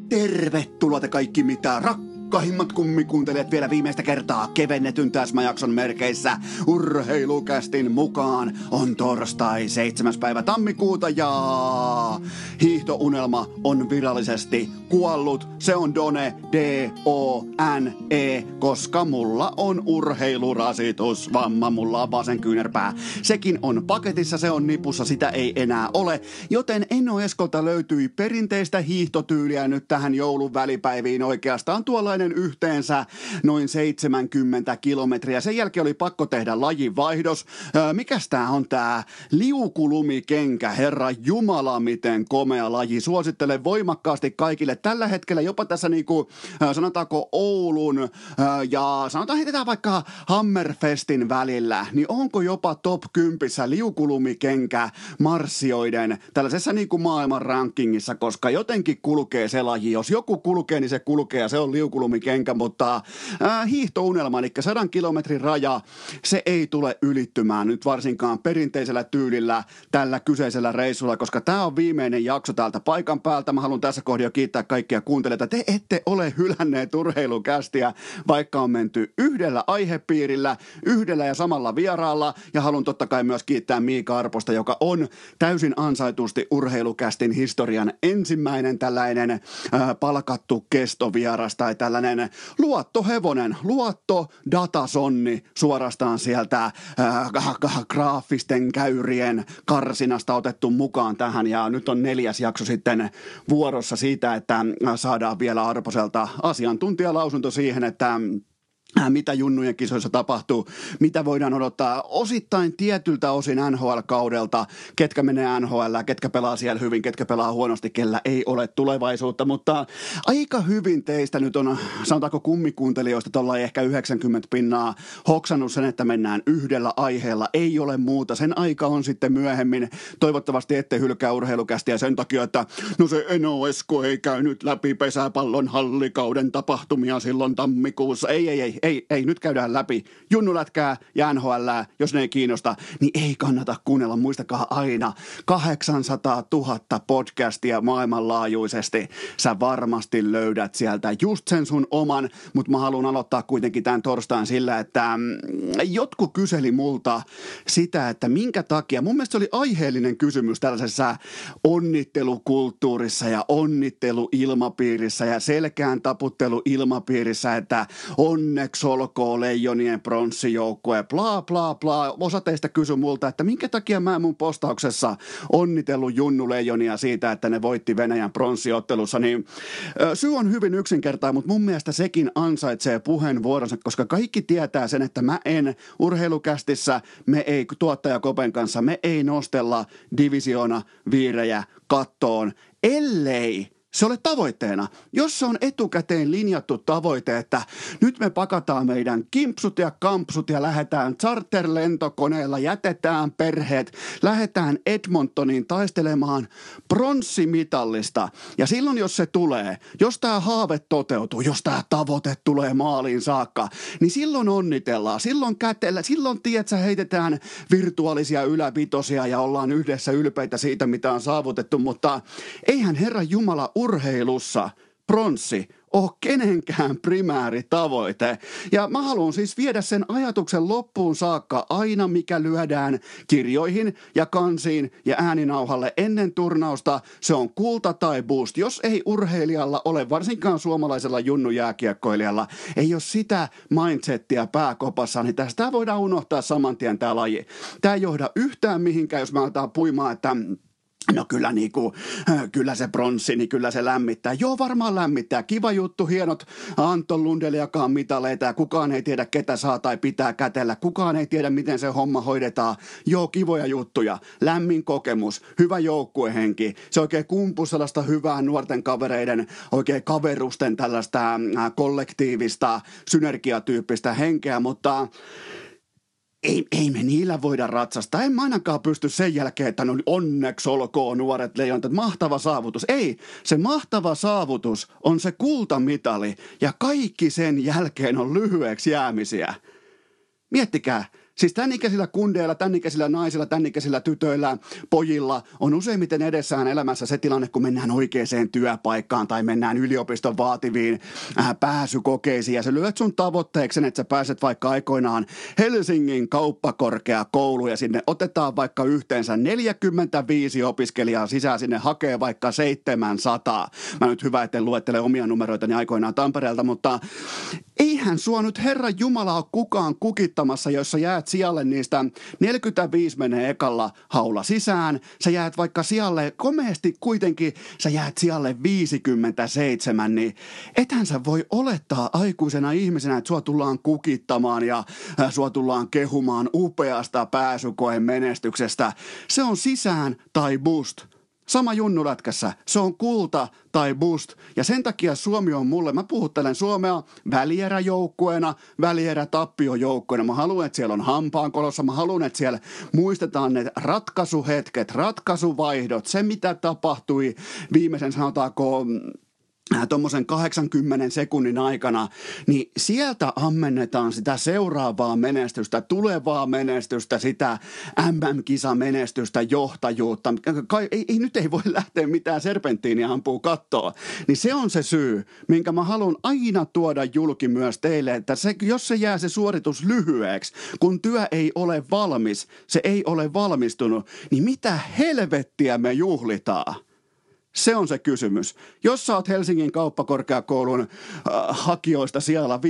Tervetuloa te kaikki mitä rakkahimmat kummikuuntelijat vielä viimeistä kertaa kevennetyn täsmäjakson merkeissä Urheilukästin mukaan. On torstai 7. päivä tammikuuta ja hiihtounelma on virallisesti kuollut. Se on Done, D-O-N-E, koska mulla on urheilurasitusvamma, mulla on vasen kyynärpää. Sekin on paketissa, se on nipussa, sitä ei enää ole, joten Enno Eskolta löytyi perinteistä hiihtotyyliä nyt tähän joulun välipäiviin, oikeastaan tuollainen yhteensä noin 70 kilometriä. Sen jälkeen oli pakko tehdä lajinvaihdos. Mikäs tää on tää liukulumikenkä? Herra Jumala, miten komea laji. Suosittelen voimakkaasti kaikille. Tällä hetkellä jopa tässä niinku, sanotaanko Oulun ja sanotaan heitetään vaikka Hammerfestin välillä, niin onko jopa top 10 liukulumikenkä marssioiden tällaisessa niinku maailman rankingissa, koska jotenkin kulkee se laji. Jos joku kulkee, niin se kulkee ja se on liukulumikenkä, mutta hiihtounelma, eli 100 kilometrin raja, se ei tule ylittymään nyt varsinkaan perinteisellä tyylillä tällä kyseisellä reissulla, koska tämä on viimeinen jakso täältä paikan päältä. Mä haluan tässä kohdassa kiittää kaikkia kuuntelijoita. Te ette ole hylänneet urheilukästiä, vaikka on menty yhdellä aihepiirillä, yhdellä ja samalla vieraalla, ja haluan totta kai myös kiittää Miika Arposta, joka on täysin ansaitusti urheilukästin historian ensimmäinen tällainen palkattu kestovieras tai tällainen luottohevonen, luottodataSonni suorastaan sieltä graafisten käyrien karsinasta otettu mukaan tähän, ja nyt on 4. jakso sitten vuorossa siitä, että saadaan vielä Arposelta asiantuntijalausunto siihen, että mitä junnujen kisoissa tapahtuu, mitä voidaan odottaa osittain tietyltä osin NHL-kaudelta, ketkä menee NHL, ketkä pelaa siellä hyvin, ketkä pelaa huonosti, kellä ei ole tulevaisuutta, mutta aika hyvin teistä nyt on, sanotaanko kummikuuntelijoista, tuolla ehkä 90 pinnaa hoksannut sen, että mennään yhdellä aiheella, ei ole muuta, sen aika on sitten myöhemmin, toivottavasti ette hylkää urheilukästiä sen takia, että no se Eno Esko ei käynyt läpi pesäpallon hallikauden tapahtumia silloin tammikuussa, ei, nyt käydään läpi junnulätkää ja NHL:ää, jos ne ei kiinnosta, niin ei kannata kuunnella, muistakaa aina, 800 000 podcastia maailmanlaajuisesti, sä varmasti löydät sieltä just sen sun oman, mutta mä haluan aloittaa kuitenkin tämän torstain sillä, että jotkut kyseli multa sitä, että minkä takia, mun mielestä se oli aiheellinen kysymys tällaisessa onnittelukulttuurissa ja onnitteluilmapiirissä ja selkään taputteluilmapiirissä, että onneksi olkoon Leijonien pronssijoukkue, bla bla bla. Osa teistä kysyi multa, että minkä takia mä mun postauksessa onnitellut Junnu Leijonia siitä, että ne voitti Venäjän pronssiottelussa, niin syy on hyvin yksinkertainen, mutta mun mielestä sekin ansaitsee puheenvuoronsa, koska kaikki tietää sen, että mä en urheilukästissä, me ei tuottaja Kopen kanssa, me ei nostella divisioona viirejä kattoon, ellei se ole tavoitteena. Jos se on etukäteen linjattu tavoite, että nyt me pakataan meidän kimpsut ja kampsut ja lähdetään charterlentokoneella, jätetään perheet, lähdetään Edmontoniin taistelemaan pronssimitallista. Ja silloin, jos se tulee, jos tämä haave toteutuu, jos tämä tavoite tulee maaliin saakka, niin silloin onnitellaan, silloin kätellä, silloin tiedätkö, heitetään virtuaalisia ylävitosia ja ollaan yhdessä ylpeitä siitä, mitä on saavutettu, mutta eihän Herra Jumala urheilussa pronssi ole kenenkään primääritavoite. Ja mä haluan siis viedä sen ajatuksen loppuun saakka aina, mikä lyödään kirjoihin ja kansiin ja ääninauhalle ennen turnausta. Se on kulta tai boost. Jos ei urheilijalla ole, varsinkaan suomalaisella junnujääkiekkoilijalla, ei ole sitä mindsettiä pääkopassa, niin tästä voidaan unohtaa saman tien tämä laji. Tämä ei johda yhtään mihinkään, jos mä aletaan puimaan, että no kyllä se pronssi, niin kyllä se lämmittää. Joo, varmaan lämmittää. Kiva juttu, hienot Anton Lundeliakaan mitaleita ja kukaan ei tiedä, ketä saa tai pitää kätellä. Kukaan ei tiedä, miten se homma hoidetaan. Joo, kivoja juttuja. Lämmin kokemus, hyvä joukkuehenki. Se oikein kumpus sellaista hyvää nuorten kavereiden, oikein kaverusten tällaista kollektiivista, synergiatyyppistä henkeä, mutta ei me niillä voida ratsastaa. En mä ainakaan pysty sen jälkeen, että no onneksi olkoon nuoret leijonat, että mahtava saavutus. Ei, se mahtava saavutus on se kultamitali ja kaikki sen jälkeen on lyhyeksi jäämisiä. Miettikää, Siis tämän ikäisillä kundeilla, tämän ikäisillä naisilla, tämän ikäisillä tytöillä, pojilla on useimmiten edessään elämässä se tilanne, kun mennään oikeaan työpaikkaan tai mennään yliopiston vaativiin pääsykokeisiin ja sä lyöt sun tavoitteeksi, että sä pääset vaikka aikoinaan Helsingin kauppakorkeakouluun ja sinne otetaan vaikka yhteensä 45 opiskelijaa sisään, sinne hakee vaikka 700. Mä nyt hyvä, etten luettele omia numeroitani aikoinaan Tampereelta, mutta eihän sua nyt Herran Jumala ole kukaan kukittamassa, jos sä jäät sijalle niistä 45 menee ekalla haulla sisään. Sä jäät vaikka sijalle, komeasti kuitenkin sä jäät sijalle 57, niin ethän sä voi olettaa aikuisena ihmisenä, että sua tullaan kukittamaan ja sua tullaan kehumaan upeasta pääsykoen menestyksestä. Se on sisään tai bust. Sama junnulätkässä, se on kulta tai bust. Ja sen takia Suomi on mulle, mä puhuttelen Suomea välieräjoukkueena, välierätappiojoukkueena. Mä haluan, että siellä on hampaankolossa, mä haluan, että siellä muistetaan ne ratkaisuhetket, ratkaisuvaihdot, se mitä tapahtui viimeisen sanotaanko tuommoisen 80 sekunnin aikana, niin sieltä ammennetaan sitä seuraavaa menestystä, tulevaa menestystä, sitä MM-kisamenestystä, johtajuutta. Nyt ei voi lähteä mitään serpenttiiniä ampuu kattoa. Niin se on se syy, minkä mä haluan aina tuoda julki myös teille, että jos se jää se suoritus lyhyeksi, kun työ ei ole valmis, se ei ole valmistunut, niin mitä helvettiä me juhlitaan? Se on se kysymys. Jos sä oot Helsingin kauppakorkeakoulun hakijoista siellä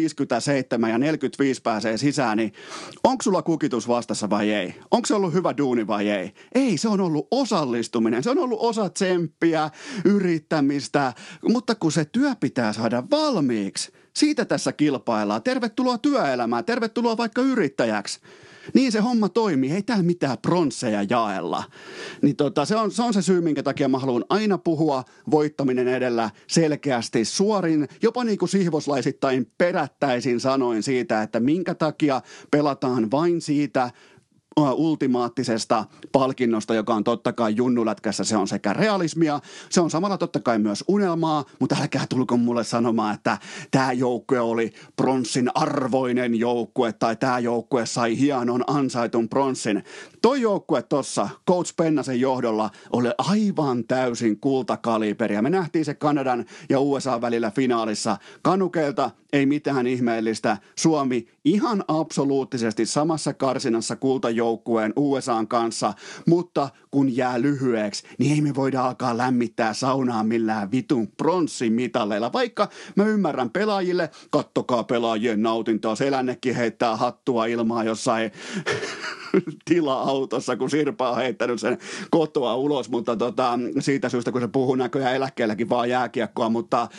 57 ja 45 pääsee sisään, niin onko sulla kukitus vastassa vai ei? Onko se ollut hyvä duuni vai ei? Ei, se on ollut osallistuminen. Se on ollut osa tsemppiä, yrittämistä, mutta kun se työ pitää saada valmiiksi, siitä tässä kilpaillaan. Tervetuloa työelämään, tervetuloa vaikka yrittäjäksi. Niin se homma toimii, ei täällä mitään pronsseja jaella. Niin se on se syy, minkä takia mä haluan aina puhua voittaminen edellä selkeästi suorin, jopa niin kuin sihvoslaisittain perättäisin sanoin siitä, että minkä takia pelataan vain siitä ultimaattisesta palkinnosta, joka on totta kai junnulätkässä, se on sekä realismia, se on samalla totta kai myös unelmaa, mutta älkää tulko mulle sanomaan, että tämä joukkue oli pronssin arvoinen joukkue tai tämä joukkue sai hienon ansaitun pronssin. Toi joukkue tossa, Coach Pennasen johdolla, oli aivan täysin kultakaliberia. Me nähtiin se Kanadan ja USA välillä finaalissa. Kanukeilta ei mitään ihmeellistä. Suomi ihan absoluuttisesti samassa karsinassa kultajoukkueen USAn kanssa, mutta kun jää lyhyeksi, niin ei me voida alkaa lämmittää saunaa millään vitun pronssimitaleilla. Vaikka mä ymmärrän pelaajille, kattokaa pelaajien nautintoa, Selännekin heittää hattua ilmaa jossain tila-autossa, kun Sirpa on heittänyt sen kotoa ulos, mutta siitä syystä, kun se puhuu näköjään eläkkeelläkin vaan jääkiekkoa, mutta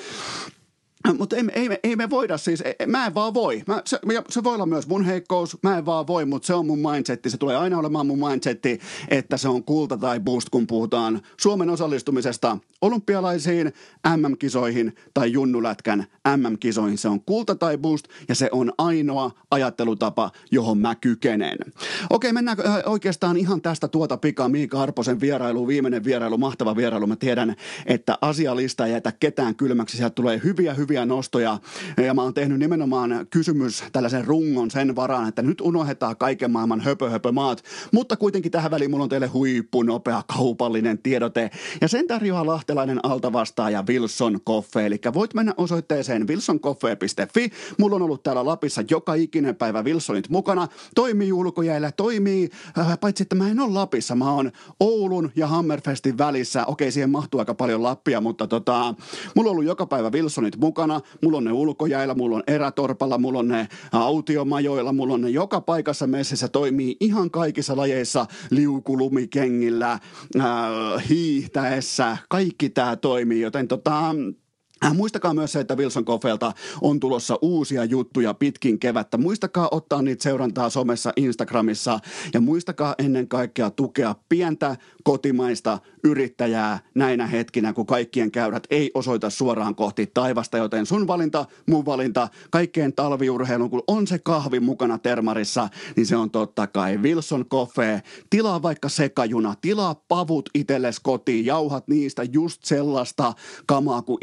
ei me voida siis, mä en vaan voi. Se voi olla myös mun heikkous, mä en vaan voi, mutta se on mun mindsetti. Se tulee aina olemaan mun mindsetti, että se on kulta tai boost, kun puhutaan Suomen osallistumisesta olympialaisiin, MM-kisoihin tai junnulätkän MM-kisoihin. Se on kulta tai boost ja se on ainoa ajattelutapa, johon mä kykenen. Okei, mennään oikeastaan ihan tästä pikaa Miika Arposen vierailuun. Viimeinen vierailu, mahtava vierailu. Mä tiedän, että asialista ei jätä ketään kylmäksi. Sieltä tulee hyviä nostoja ja mä oon tehnyt nimenomaan tällaisen rungon sen varaan, että nyt unohdetaan kaiken maailman höpö-maat, mutta kuitenkin tähän väliin mulla on teille huippunopea kaupallinen tiedote ja sen tarjoaa lahtelainen altavastaaja Wilson Coffee, eli voit mennä osoitteeseen wilsoncoffee.fi. Mulla on ollut täällä Lapissa joka ikinen päivä Wilsonit mukana, toimii ulkojäällä, paitsi että mä en ole Lapissa, mä oon Oulun ja Hammerfestin välissä, okei siihen mahtuu aika paljon Lappia, mutta mulla on ollut joka päivä Wilsonit mukana, mulla on ne ulkojäillä, mulla on erätorpalla, mulla on ne autiomajoilla, mulla on ne joka paikassa messissä, toimii ihan kaikissa lajeissa, liukulumikengillä, hiihtäessä, kaikki tää toimii, joten muistakaa myös se, että Wilson Coffeelta on tulossa uusia juttuja pitkin kevättä. Muistakaa ottaa niitä seurantaa somessa, Instagramissa ja muistakaa ennen kaikkea tukea pientä kotimaista yrittäjää näinä hetkinä, kun kaikkien käyrät ei osoita suoraan kohti taivasta, joten sun valinta, mun valinta, kaikkeen talviurheilun, kun on se kahvi mukana termarissa, niin se on totta kai Wilson Coffee. Tilaa vaikka sekajuna, tilaa pavut itsellesi kotiin, jauhat niistä just sellaista kamaa kuin itse haluat.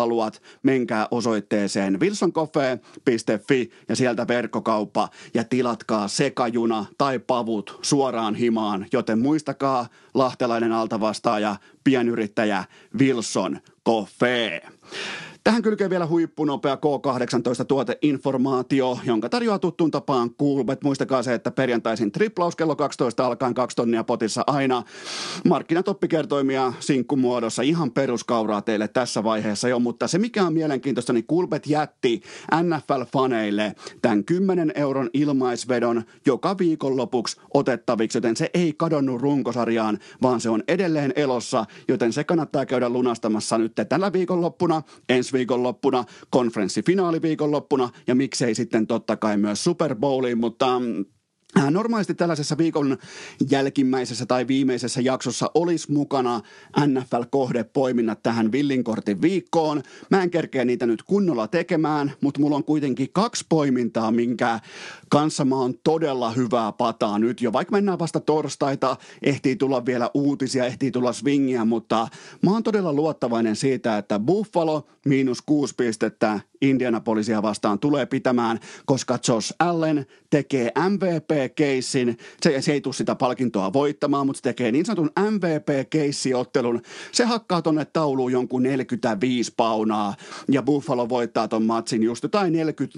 haluat, menkää osoitteeseen wilsoncoffee.fi ja sieltä verkkokauppa ja tilatkaa sekajuna tai pavut suoraan himaan, joten muistakaa lahtelainen altavastaaja, pienyrittäjä Wilson Coffee. Tähän kylkee vielä huippunopea K18-tuoteinformaatio, jonka tarjoaa tuttuun tapaan Coolbet. Muistakaa se, että perjantaisin triplaus kello 12 alkaen 2 tonnia potissa aina. Markkinatoppikertoimia sinkkumuodossa, ihan peruskauraa teille tässä vaiheessa jo, mutta se mikä on mielenkiintoista, niin Coolbet jätti NFL-faneille tämän 10 euron ilmaisvedon joka viikonlopuksi otettaviksi, joten se ei kadonnut runkosarjaan, vaan se on edelleen elossa, joten se kannattaa käydä lunastamassa nyt tällä viikonloppuna, ensi viikonloppuna, konferenssifinaaliviikonloppuna ja miksei sitten totta kai myös Super Bowliin, mutta normaalisti tällaisessa viikon jälkimmäisessä tai viimeisessä jaksossa olisi mukana NFL-kohdepoiminnat tähän villinkortin viikkoon. Mä en kerkeä niitä nyt kunnolla tekemään, mutta mulla on kuitenkin 2 poimintaa, minkä kanssa mä oon todella hyvää pataa nyt jo. Vaikka mennään vasta torstaita, ehtii tulla vielä uutisia, ehtii tulla swingiä, mutta mä oon todella luottavainen siitä, että Buffalo -6 pistettä Indianapolisia vastaan tulee pitämään, koska Josh Allen tekee MVP-keissin. Se ei tule sitä palkintoa voittamaan, mutta se tekee niin sanotun MVP-keissiottelun. Se hakkaa tonne tauluun jonkun 45 paunaa ja Buffalo voittaa ton matsin just jotain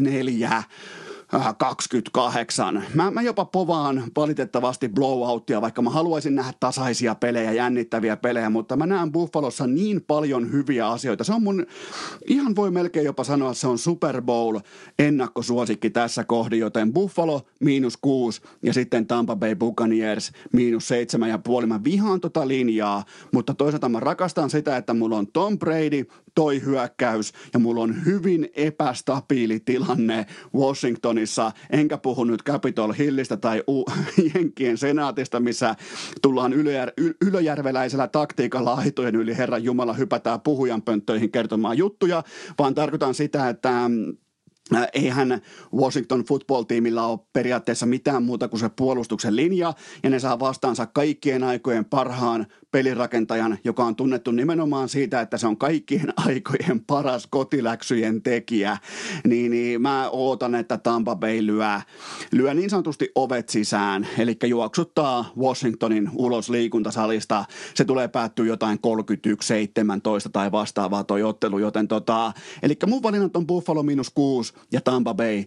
28. Mä jopa povaan valitettavasti blowouttia, vaikka mä haluaisin nähdä tasaisia pelejä, jännittäviä pelejä, mutta mä näen Buffalossa niin paljon hyviä asioita. Se on mun, ihan voi melkein jopa sanoa, että se on Super Bowl ennakkosuosikki tässä kohdin, joten Buffalo -6 ja sitten Tampa Bay Buccaneers -7,5. Mä vihaan tota linjaa, mutta toisaalta mä rakastan sitä, että mulla on Tom Brady, toi hyökkäys ja mulla on hyvin epästabiili tilanne Washingtonissa, enkä puhu nyt Capitol Hillistä tai Jenkkien senaatista, missä tullaan ylöjärveläisellä taktiikalla aitojen yli Herran Jumala hypätään puhujanpönttöihin kertomaan juttuja, vaan tarkoitan sitä, että eihän Washington football-tiimillä ole periaatteessa mitään muuta kuin se puolustuksen linja, ja ne saa vastaansa kaikkien aikojen parhaan pelirakentajan, joka on tunnettu nimenomaan siitä, että se on kaikkien aikojen paras kotiläksyjen tekijä, niin mä ootan, että Tampa Bay lyö niin sanotusti ovet sisään, eli juoksuttaa Washingtonin ulos liikuntasalista. Se tulee päättyä jotain 31-17 tai vastaavaa toi ottelu, joten eli mun valinnat on Buffalo -6 ja Tampa Bay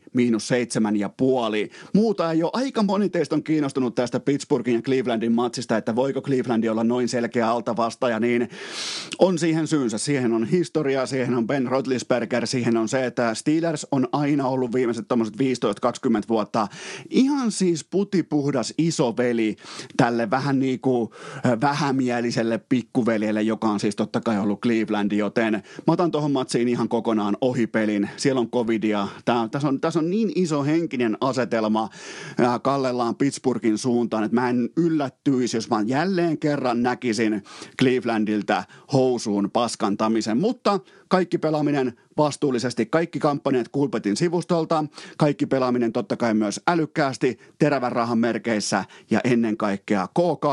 -7,5. Muuta ei ole. Aika moni teistä on kiinnostunut tästä Pittsburghin ja Clevelandin matsista, että voiko Cleveland olla noin selkeä altavastaaja, niin on siihen syynsä. Siihen on historia, siihen on Ben Roethlisberger, siihen on se, että Steelers on aina ollut viimeiset tommoset 15-20 vuotta ihan siis putipuhdas isoveli tälle vähän niinku vähämieliselle pikkuveljelle, joka on siis totta kai ollut Cleveland, joten mä otan tohon matsiin ihan kokonaan ohipelin. Siellä on covidia. Tässä on niin iso henkinen asetelma kallellaan Pittsburghin suuntaan, että mä en yllättyisi, jos mä jälleen kerran näkisin Clevelandilta housuun paskantamisen, mutta kaikki pelaaminen vastuullisesti, kaikki kampanjat Coolbetin sivustolta, kaikki pelaaminen totta kai myös älykkäästi, terävän rahan merkeissä ja ennen kaikkea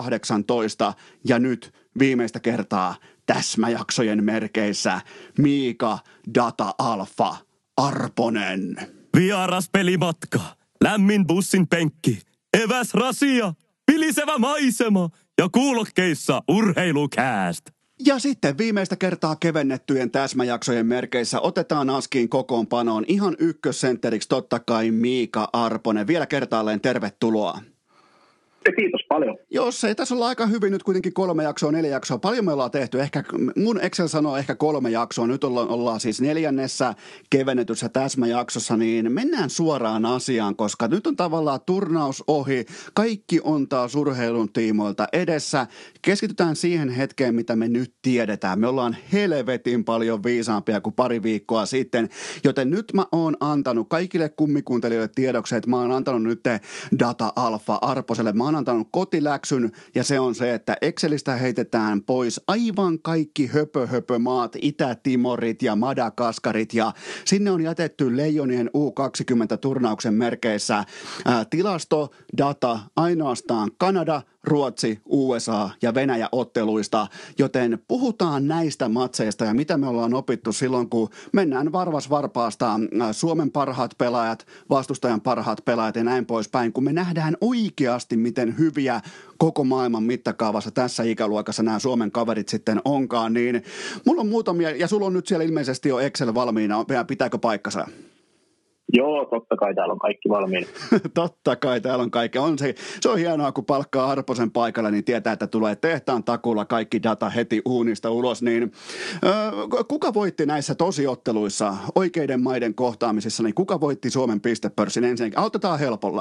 K18 ja nyt viimeistä kertaa täsmäjaksojen merkeissä Miika Data Alfa Arponen. Vieras pelimatka, lämmin bussin penkki, eväs rasia, vilisevä maisema ja kuulokkeissa urheilukääst. Ja sitten viimeistä kertaa kevennettyjen täsmäjaksojen merkeissä otetaan Askiin kokoonpanoon ihan ykkössentteriksi totta kai Miika Arponen. Vielä kertaalleen tervetuloa. Kiitos paljon. Jos ei tässä olla aika hyvin nyt kuitenkin 3 jaksoa, 4 jaksoa. Paljon me ollaan tehty. Ehkä mun Excel sanoo ehkä 3 jaksoa. Nyt ollaan siis 4. kevennetyssä täsmäjaksossa, niin mennään suoraan asiaan, koska nyt on tavallaan turnaus ohi. Kaikki on taas urheilun tiimoilta edessä. Keskitytään siihen hetkeen, mitä me nyt tiedetään. Me ollaan helvetin paljon viisaampia kuin pari viikkoa sitten, joten nyt mä oon antanut kaikille kummikuuntelijoille tiedokset. Mä oon antanut nyt Data Alfa Arposelle. Mä oon antanut kotiläksyn ja se on se, että Excelistä heitetään pois aivan kaikki höpö-höpö-maat, Itä-Timorit ja Madagaskarit ja sinne on jätetty Leijonien U20-turnauksen merkeissä tilastodata ainoastaan Kanada, Ruotsi, USA ja Venäjä otteluista, joten puhutaan näistä matseista ja mitä me ollaan opittu silloin, kun mennään varvas varpaasta Suomen parhaat pelaajat, vastustajan parhaat pelaajat ja näin poispäin, kun me nähdään oikeasti, miten hyviä koko maailman mittakaavassa tässä ikäluokassa nämä Suomen kaverit sitten onkaan, niin mulla on muutamia, ja sulla on nyt siellä ilmeisesti jo Excel valmiina, pitääkö paikkansa? Joo, totta kai täällä on kaikki valmiina. Totta kai täällä on kaikki. Se on hienoa, kun palkkaa Arposen paikalle, niin tietää, että tulee tehtaan takulla kaikki data heti uunista ulos. Niin, kuka voitti näissä tosiotteluissa, oikeiden maiden kohtaamisissa, niin kuka voitti Suomen pistepörssin ensinnäkin? Aloitetaan helpolla.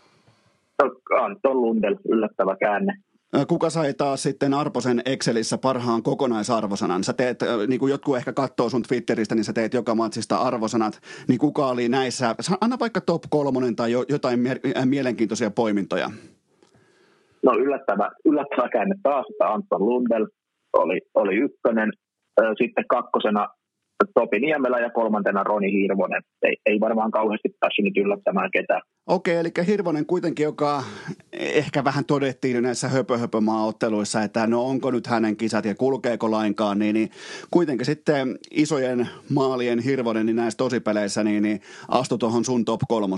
Anton Lundell, yllättävä käänne. Kuka sai taas sitten Arposen Excelissä parhaan kokonaisarvosanan? Sä teet, niin kuin jotkut ehkä katsoo sun Twitteristä, niin sä teet joka matsista arvosanat. Niin kuka oli näissä? Anna vaikka top 3 tai jotain mielenkiintoisia poimintoja. No yllättävä käänne taas, että Anton Lundell oli ykkönen. Sitten kakkosena Topi Niemelä ja kolmantena Roni Hirvonen. Ei varmaan kauheasti päässyt nyt yllättämään ketään. Okei, eli Hirvonen kuitenkin, joka ehkä vähän todettiin näissä höpö-höpö-maaotteluissa, että no onko nyt hänen kisat ja kulkeeko lainkaan, niin kuitenkin sitten isojen maalien Hirvonen niin näissä tosipeleissä niin astui tuohon sun top 3.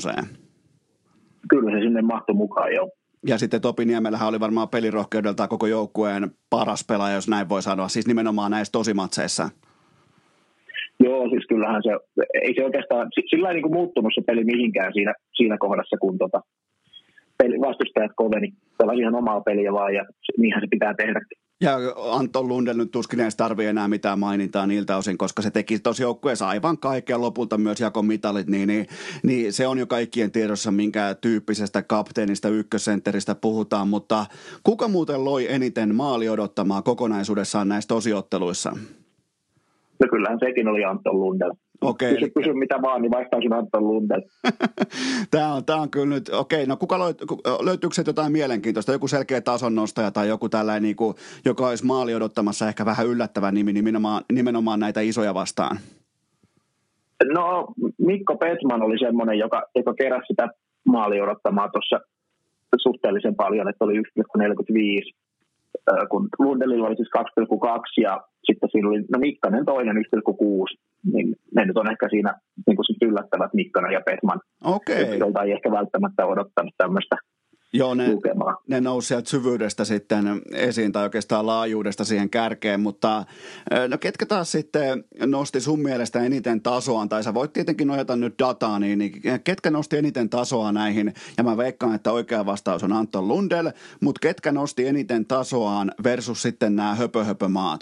Kyllä se sinne mahtui mukaan jo. Ja sitten Topi Niemelähän oli varmaan pelirohkeudeltaan koko joukkueen paras pelaaja, jos näin voi sanoa, siis nimenomaan näissä tosimatseissa. Joo, siis kyllähän se, ei se oikeastaan, sillä ei niin kuin muuttunut se peli mihinkään siinä kohdassa, kun vastustajat koveni, pelasi ihan omaa peliä vaan, ja niinhän se pitää tehdäkin. Ja Anton Lundell nyt tuskin edes tarvii enää mitään mainintaa niiltä osin, koska se teki tuossa joukkueessa aivan kaikkea, lopulta myös jakoi mitalit, niin se on jo kaikkien tiedossa, minkä tyyppisestä kapteenista, ykkössentteristä puhutaan, mutta kuka muuten loi eniten maali odottamaa kokonaisuudessaan näissä tosiotteluissa? No kyllähän sekin oli Anton Lundell. Okei. Kysy mitä vaan, niin vastaisin Anton Lundell. Tämä on kyllä nyt, okei, no löytyykö se jotain mielenkiintoista, joku selkeä tasonnostaja tai joku tällainen, niin kuin, joka olisi maali odottamassa ehkä vähän yllättävä nimi nimenomaan näitä isoja vastaan? No Mikko Petman oli semmoinen, joka keräsi sitä maali odottamaa tuossa suhteellisen paljon, että oli 1,45, kun Lundellilla oli siis 2,2 ja sitten siinä oli Mikkanen toinen 1,6, niin ne nyt on ehkä siinä niin kuin yllättävät Mikkanen ja Petman, jolta ei ehkä välttämättä odottanut tämmöistä. Joo, ne nousi sieltä syvyydestä sitten esiin tai oikeastaan laajuudesta siihen kärkeen, mutta no ketkä taas sitten nosti sun mielestä eniten tasoaan, tai sä voit tietenkin nojata nyt dataa, niin ketkä nosti eniten tasoa näihin, ja mä veikkaan, että oikea vastaus on Anton Lundell, mutta ketkä nosti eniten tasoaan versus sitten nämä höpö-höpö-maat?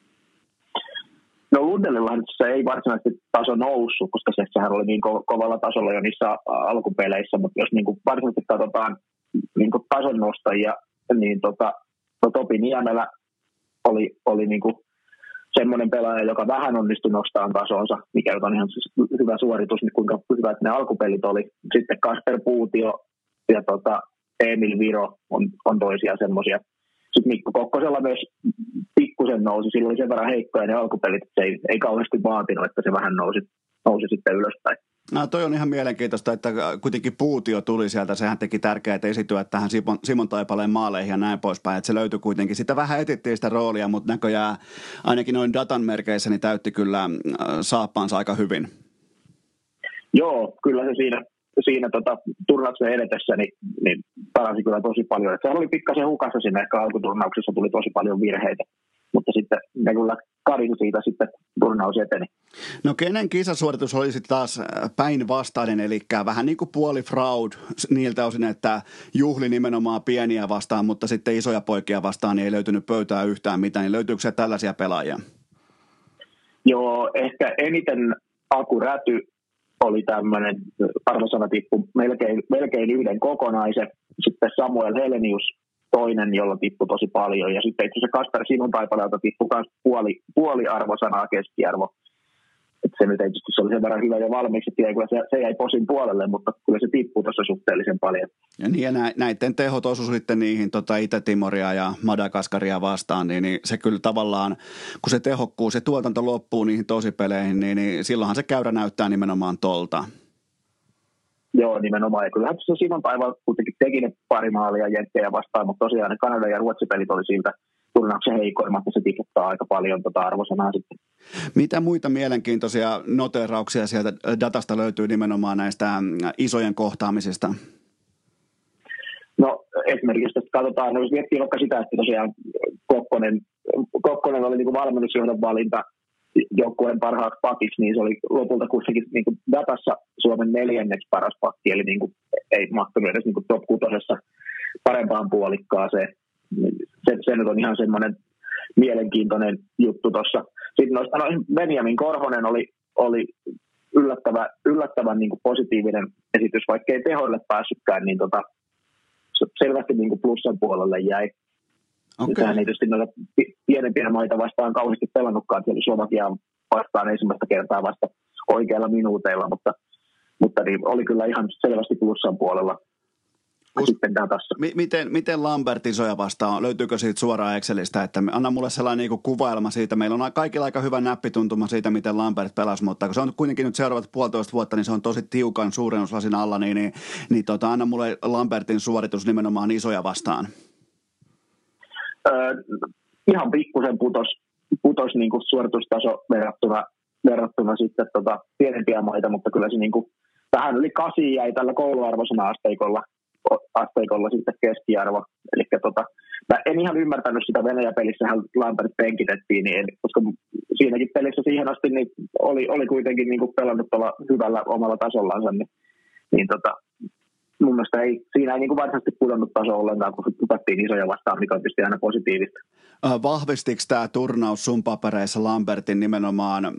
No Lundellilla se ei varsinaisesti taso noussut, koska sehän oli niin kovalla tasolla jo niissä alkupeleissä, mutta jos niin kuin varsinaisesti katsotaan niin kuin tason nostajia, niin Topi Niemelä oli niin kuin semmoinen pelaaja, joka vähän onnistui nostamaan tasonsa, mikä on ihan hyvä suoritus, niin kuinka hyvät ne alkupelit oli. Sitten Kasper Puutio ja Emil Viro on toisia semmoisia. Sitten Mikko Kokkosella myös pikkusen nousi, silloin oli sen verran heikkoja ne alkupelit, että se ei kauheasti vaatinut, että se vähän nousi sitten ylöspäin. No toi on ihan mielenkiintoista, että kuitenkin Puutio tuli sieltä, sehän teki tärkeää esityä tähän Simon Taipaleen maaleihin ja näin poispäin, että se löytyi kuitenkin. Sitä vähän etittiin sitä roolia, mutta näköjään ainakin noin datan merkeissä niin täytti kyllä saappaansa aika hyvin. Joo, kyllä se siinä turnauksen edetessä niin parasi kyllä tosi paljon. Että se oli pikkasen hukassa siinä, ehkä alkuturnauksessa tuli tosi paljon virheitä, mutta sitten ne kyllä kadin siitä sitten turnaus eteni. No kenen kisasuoritus oli sitten taas päinvastainen, eli vähän niin kuin puoli fraud niiltä osin, että juhli nimenomaan pieniä vastaan, mutta sitten isoja poikia vastaan niin ei löytynyt pöytää yhtään mitään, niin löytyykö se tällaisia pelaajia? Ehkä eniten Aku Räty oli tämmöinen, arvosana tippui melkein yhden kokonaisen. Sitten Samuel Helenius toinen, jolla tippui tosi paljon. Ja sitten itse asiassa Kasper Simon Taipaleelta tippui myös puoli arvosanaa keskiarvo. Että se nyt ei tietysti, se oli sen verran hyvä jo valmiiksi, että se jäi posin puolelle, mutta kyllä se tippuu tuossa suhteellisen paljon. Ja niin, ja näiden tehot osu sitten niihin Itä-Timoria ja Madagaskaria vastaan, niin se kyllä tavallaan, kun se tehokkuus, se tuotanto loppuu niihin tosipeleihin, niin silloinhan se käyrä näyttää nimenomaan tolta. Joo, nimenomaan. Ja kyllähän se Simon Taivaalla kuitenkin teki ne pari maalia jenkkejä vastaan, mutta tosiaan ne Kanada ja Ruotsi-pelit oli siltä turnauksen heikoimmat, ja se tiputtaa aika paljon arvosanaa sitten. Mitä muita mielenkiintoisia noterauksia sieltä datasta löytyy nimenomaan näistä isojen kohtaamisista? No esimerkiksi, jos katsotaan, jos miettii vaikka sitä, että tosiaan Kokkonen oli niin kuin valmennusjohdon valinta joukkueen parhaaksi pakiksi, niin se oli lopulta kuitenkin niin kuin datassa Suomen 4. paras pakki, eli niin kuin ei mahtunut edes niin kuin top 6 parempaan puolikkaaseen. Se nyt on ihan semmoinen mielenkiintoinen juttu tuossa. Sitten Benjamin Korhonen oli yllättävän niin kuin positiivinen esitys, vaikka ei tehoille päässytkään, niin selvästi niin kuin plussan puolelle jäi. Okay. Sehän ei tietysti noita pienempiä maita vastaan kauheasti pelannutkaan, siellä Slovakiaa vastaan ensimmäistä kertaa vasta oikeilla minuuteilla, mutta niin oli kyllä ihan selvästi plussan puolella. Sitten datassa. Miten Lambert isoja vastaan? Löytyykö siitä suoraan Excelistä? Että anna mulle sellainen niin kuin kuvailma siitä. Meillä on kaikilla aika hyvä näppituntuma siitä, miten Lambert pelasi, mutta kun se on kuitenkin nyt seuraavat 1,5 vuotta, niin se on tosi tiukan suurennuslasin alla, niin anna mulle Lambertin suoritus nimenomaan isoja vastaan. Ihan pikkusen putos niin kuin suoritustaso verrattuna sitten pienempiä maita, mutta kyllä se niin kuin vähän yli 8 jäi tällä kouluarvoisena asteikolla sitten keskiarvo. Eli mä en ihan ymmärtänyt sitä Venäjä-pelissähän Lambert penkitettiin, koska siinäkin pelissä siihen asti niin oli kuitenkin niin kuin pelannut tuolla hyvällä omalla tasollansa, niin mun mielestä siinä ei niin kuin varsinaisesti pudonnut taso ollenkaan, kun kupattiin isoja vastaan, mikä on tietysti aina positiivista. Vahvistiko tämä turnaus sun papereissa Lambertin nimenomaan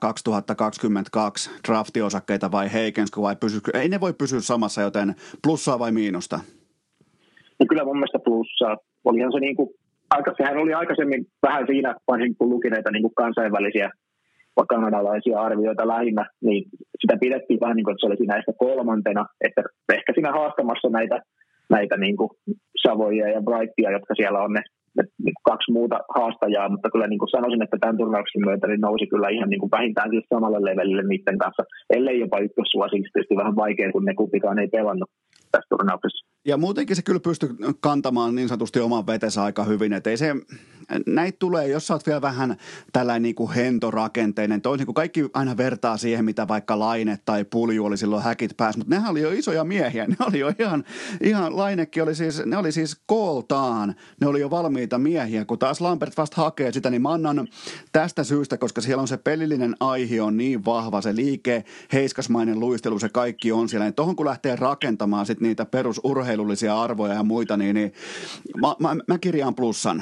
2022 draftiosakkeita vai heikenskö vai pysyykö? Ei ne voi pysyä samassa, joten plussaa vai miinusta? No kyllä mun mielestä plussaa. Olihan se niin kuin, sehän oli aikaisemmin vähän siinä, varsinkin kun luki näitä niin kuin kansainvälisiä kanadalaisia arvioita lähinnä, niin sitä pidettiin vähän niin kuin, että se oli siinä ehkä 3. että ehkä siinä haastamassa näitä niin kuin Savoyia ja Brightia, jotka siellä on ne 2 muuta haastajaa, mutta kyllä niin kuin sanoisin, että tämän turnauksen myötä niin nousi kyllä ihan niin kuin vähintään siis samalle levelille niiden kanssa, ellei jopa ykkössuosiksi, tietysti vähän vaikea, kun ne kumpikaan ei pelannut tässä turnauksessa. Ja muutenkin se kyllä pystyy kantamaan niin sanotusti oman vetensä aika hyvin, että ei se, näitä tulee, jos sä oot vielä vähän tällainen niin kuin hentorakenteinen, toisin kuin kaikki aina vertaa siihen, mitä vaikka Laine tai Pulju oli silloin häkit päässä, mutta nehän oli jo isoja miehiä, ne oli jo ihan Lainekin oli siis kooltaan, ne oli jo valmiita miehiä, kun taas Lambert vasta hakee sitä, niin mä annan tästä syystä, koska siellä on se pelillinen aihe on niin vahva, se liike, heiskasmainen luistelu, se kaikki on siellä, niin tohon kun lähtee rakentamaan sit niitä perusurheilullisia arvoja ja muita, niin mä kirjaan plussan.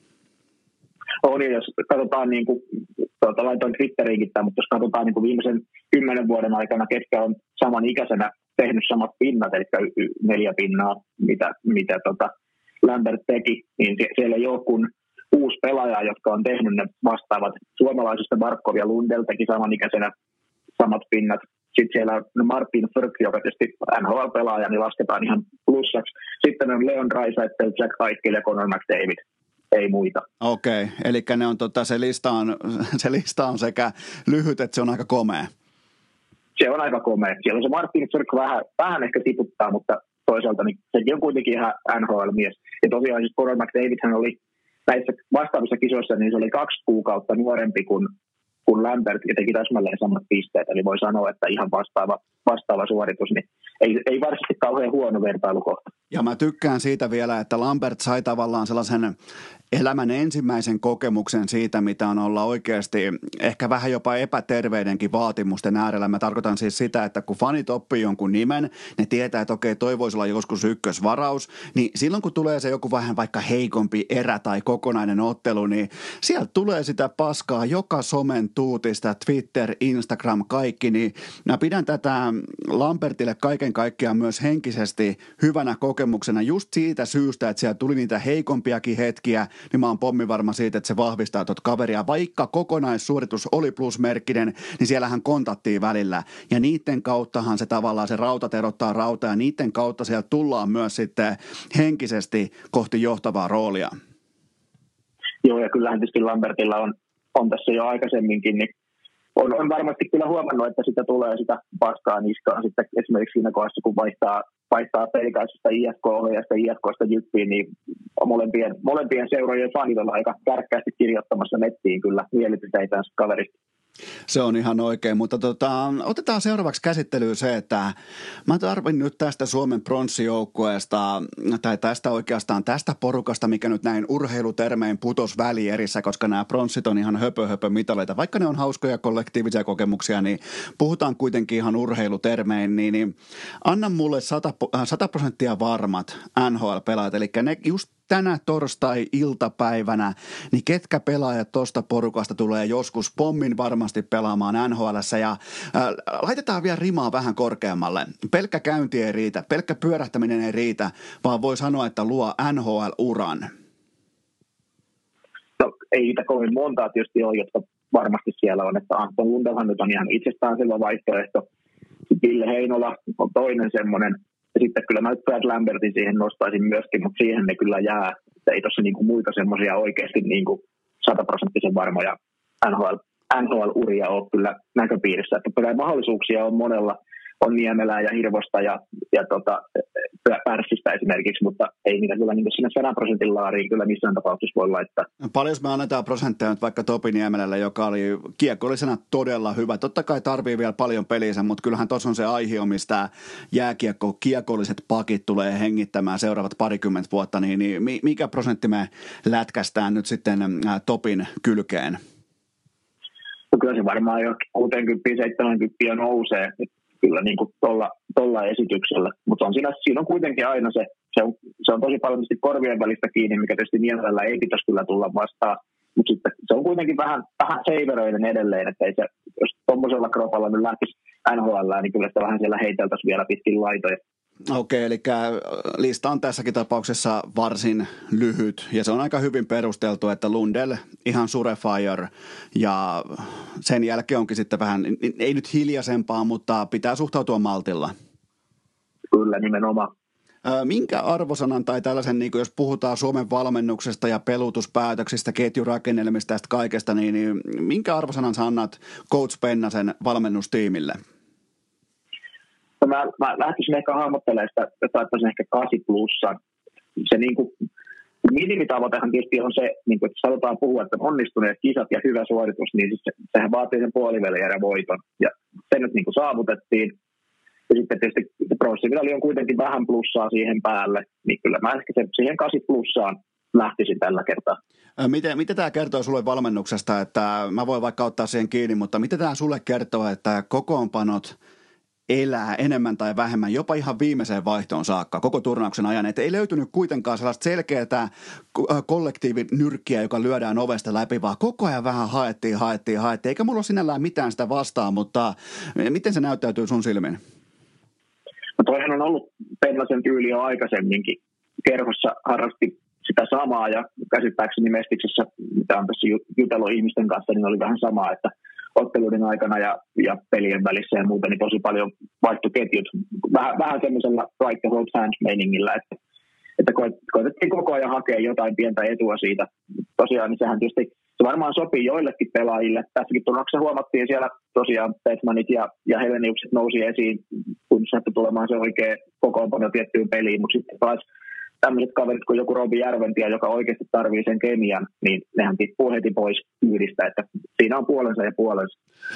On, jos katsotaan, niin kuin, laitoin Twitteriinkin tämän, mutta jos katsotaan niin kuin viimeisen 10 vuoden aikana, ketkä on samanikäisenä tehnyt samat pinnat, eli 4 pinnaa, mitä Lambert teki, niin siellä ei ole kuin 6 pelaajaa, jotka on tehnyt ne vastaavat. Suomalaisista Barkov ja Lundell teki samanikäisenä samat pinnat. Sitten siellä on Martin Frk, joka tietysti NHL-pelaaja, niin lasketaan ihan plussaksi. Sitten on Leon Draisaitl, Jack Eichel ja Connor McDavid. Ei muita. Okei, eli ne on, se lista on sekä lyhyt, että se on aika komea. Se on aika komea. Siellä on se Martin Frk vähän ehkä tiputtaa, mutta toisaalta niin sekin on kuitenkin ihan NHL-mies. Ja tosiaan siis Connor McDavid hän oli näissä vastaavissa kisoissa, niin se oli 2 kuukautta nuorempi kuin Lambert ja teki täsmälleen samat pisteet. Eli voi sanoa, että ihan vastaava suoritus, niin ei varsinaisesti kauhean huono vertailukohta. Ja mä tykkään siitä vielä, että Lambert sai tavallaan sellaisen elämän ensimmäisen kokemuksen siitä, mitä on olla oikeasti ehkä vähän jopa epäterveidenkin vaatimusten äärellä. Mä tarkoitan siis sitä, että kun fanit oppii jonkun nimen, ne tietää, että okei, toi voisi olla joskus ykkösvaraus, niin silloin kun tulee se joku vähän vaikka heikompi erä tai kokonainen ottelu, niin sieltä tulee sitä paskaa joka somen tuutista, Twitter, Instagram, kaikki, niin mä pidän tätä Lambertille kaiken kaikkiaan myös henkisesti hyvänä kokemuksena just siitä syystä, että siellä tuli niitä heikompiakin hetkiä, niin mä oon pommivarma siitä, että se vahvistaa tuota kaveria. Vaikka kokonaissuoritus oli plusmerkkinen, niin siellähän kontattiin välillä. Ja niiden kauttahan se tavallaan se rauta terottaa rautaa ja niiden kautta sieltä tullaan myös sitten henkisesti kohti johtavaa roolia. Joo, ja kyllähän tietysti Lambertilla on tässä jo aikaisemminkin niin on varmasti kyllä huomannut, että sitä tulee sitä paskaa niskaan sitten esimerkiksi siinä kohdassa, kun vaihtaa pelikaisesta IFK-ohjasta IFK:sta Jyppiin, niin molempien seurojen fanit on aika kärkkäästi kirjoittamassa nettiin kyllä mielipiteitään kaverista. Se on ihan oikein, mutta otetaan seuraavaksi käsittelyyn se, että mä tarvin nyt tästä Suomen pronssijoukkueesta, tai tästä porukasta, mikä nyt näin urheilutermein putos välierissä, koska nämä pronssit on ihan höpö mitaleita. Vaikka ne on hauskoja kollektiivisia kokemuksia, niin puhutaan kuitenkin ihan urheilutermein, niin anna mulle 100% varmat NHL-pelaajat, eli ne just tänä torstai-iltapäivänä, niin ketkä pelaajat tuosta porukasta tulee joskus pommin varmasti pelaamaan NHL:ssä ja laitetaan vielä rimaa vähän korkeammalle. Pelkkä käynti ei riitä, pelkkä pyörähtäminen ei riitä, vaan voi sanoa, että luo NHL-uran. No, ei niitä kovin montaa tietysti ole, jotka varmasti siellä on, että Anton Lundellhan nyt on ihan itsestäänselvä vaihtoehto. Ville Heinola on toinen semmoinen. Ja sitten kyllä mä Brad Lambertin siihen nostaisin myöskin, mutta siihen ne kyllä jää. Että ei tuossa niinku muita semmoisia oikeasti niinku 100% varmoja NHL-uria ole kyllä näköpiirissä. Että mahdollisuuksia on monella, on Niemelää ja Hirvosta ja Pärssistä esimerkiksi, mutta ei niitä kyllä niin sinne 100% laariin kyllä missään tapauksessa voi laittaa. Paljon me annetaan prosentteja nyt vaikka Topi Niemelälle, joka oli kiekkoillisena todella hyvä. Totta kai tarvii vielä paljon peliä, mutta kyllähän tuossa on se aihio, mistä kiekolliset pakit tulee hengittämään seuraavat parikymmentä vuotta, niin mikä prosentti me lätkästään nyt sitten Topin kylkeen? No kyllä se varmaan jo 60-70 nousee. Kyllä niin kuin tuolla esityksellä, mutta siinä on kuitenkin aina se on tosi paljon korvien välistä kiinni, mikä tietysti Niemelällä ei pitäisi kyllä tulla vastaan, mutta sitten se on kuitenkin vähän seiveröinen edelleen, että ei se, jos tuommoisella kropalla nyt lähtisi NHL, niin kyllä sitä vähän siellä heiteltäisiin vielä pitkin laitoja. Okei, eli lista on tässäkin tapauksessa varsin lyhyt ja se on aika hyvin perusteltu, että Lundell ihan surefire ja sen jälkeen onkin sitten vähän, ei nyt hiljaisempaa, mutta pitää suhtautua maltilla. Kyllä, nimenomaan. Minkä arvosanan tai tällaisen, niin jos puhutaan Suomen valmennuksesta ja pelutuspäätöksistä, ketjurakennelmista tästä kaikesta, niin minkä arvosanan sä annat Coach Pennasen valmennustiimille? Mä lähtisin ehkä hahmottelemaan sitä, että laittaisin ehkä 8+. Se niin kuin minimitavoitehan tietysti on se, niin kuin, että sanotaan puhua, että onnistuneet kisat ja hyvä suoritus, niin sehän vaatii sen puolivälierän voiton. Ja se nyt niin kuin saavutettiin. Ja sitten tietysti pronssimitali on kuitenkin vähän plussaa siihen päälle, niin kyllä mä ehkä siihen 8+ lähtisin tällä kertaa. Miten tämä kertoo sulle valmennuksesta, että mä voin vaikka ottaa siihen kiinni, mutta mitä tämä sulle kertoo, että kokoonpanot elää enemmän tai vähemmän, jopa ihan viimeiseen vaihtoon saakka koko turnauksen ajan, että ei löytynyt kuitenkaan sellaista selkeää kollektiivinyrkkiä, joka lyödään ovesta läpi, vaan koko ajan vähän haettiin, eikä mulla ole sinällään mitään sitä vastaan, mutta miten se näyttäytyy sun silmin? No toihan on ollut Pennasen tyyli jo aikaisemminkin. Kerhossa harrasti sitä samaa ja käsittääkseni Mestiksessä, mitä on tässä jutellut ihmisten kanssa, niin oli vähän sama, että otteluiden aikana ja pelien välissä ja muuta, niin tosi paljon vaihtui ketjut. Vähän semmoisella right the hold hands -meiningillä, että koetettiin koko ajan hakea jotain pientä etua siitä. Tosiaan niin sehän tietysti se varmaan sopii joillekin pelaajille. Tässäkin turnauksessa huomattiin siellä tosiaan Petmanit ja Heleniukset nousi esiin, kun sattui tulemaan se oikea kokoonpano tiettyyn peliin, mutta sitten taas tämmöiset kaverit kuin joku Robi Järventie, joka oikeasti tarvii sen kemian, niin nehän tippuu heti pois kyydistä, että siinä on puolensa ja puolensa.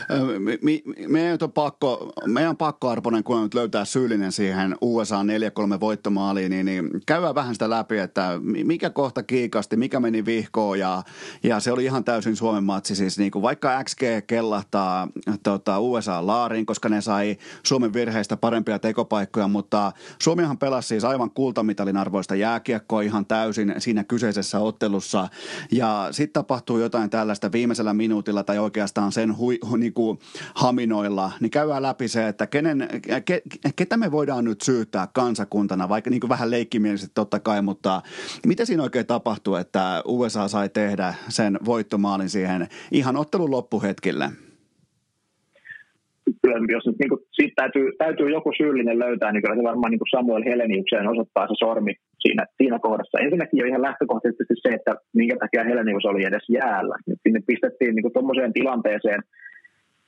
Meidän on pakko Arponen, kun nyt löytää syyllinen siihen USA 4-3 voittomaaliin, niin käydään vähän sitä läpi, että mikä kohta kiikasti, mikä meni vihkoon ja se oli ihan täysin Suomen matsi, siis niin kuin vaikka XG kellahtaa USA laariin, koska ne sai Suomen virheistä parempia tekopaikkoja, mutta Suomihan pelasi siis aivan kultamitalin arvoista jääkiekkoa ihan täysin siinä kyseisessä ottelussa ja sitten tapahtuu jotain tällaista viimeisellä minuutilla tai oikeastaan sen niinku haminoilla, niin käydään läpi se, että ketä me voidaan nyt syyttää kansakuntana, vaikka niin kuin vähän leikkimielisesti totta kai, mutta mitä siinä oikein tapahtuu, että USA sai tehdä sen voittomaalin siihen ihan ottelun loppuhetkille? Kyllä, jos nyt niin siitä täytyy joku syyllinen löytää, niin kyllä se varmaan niin Samuel Heleniukseen osoittaa se sormi siinä kohdassa. Ensinnäkin jo ihan lähtökohtaisesti se, että minkä takia Helenius oli edes jäällä. Sinne pistettiin niin tuommoiseen tilanteeseen,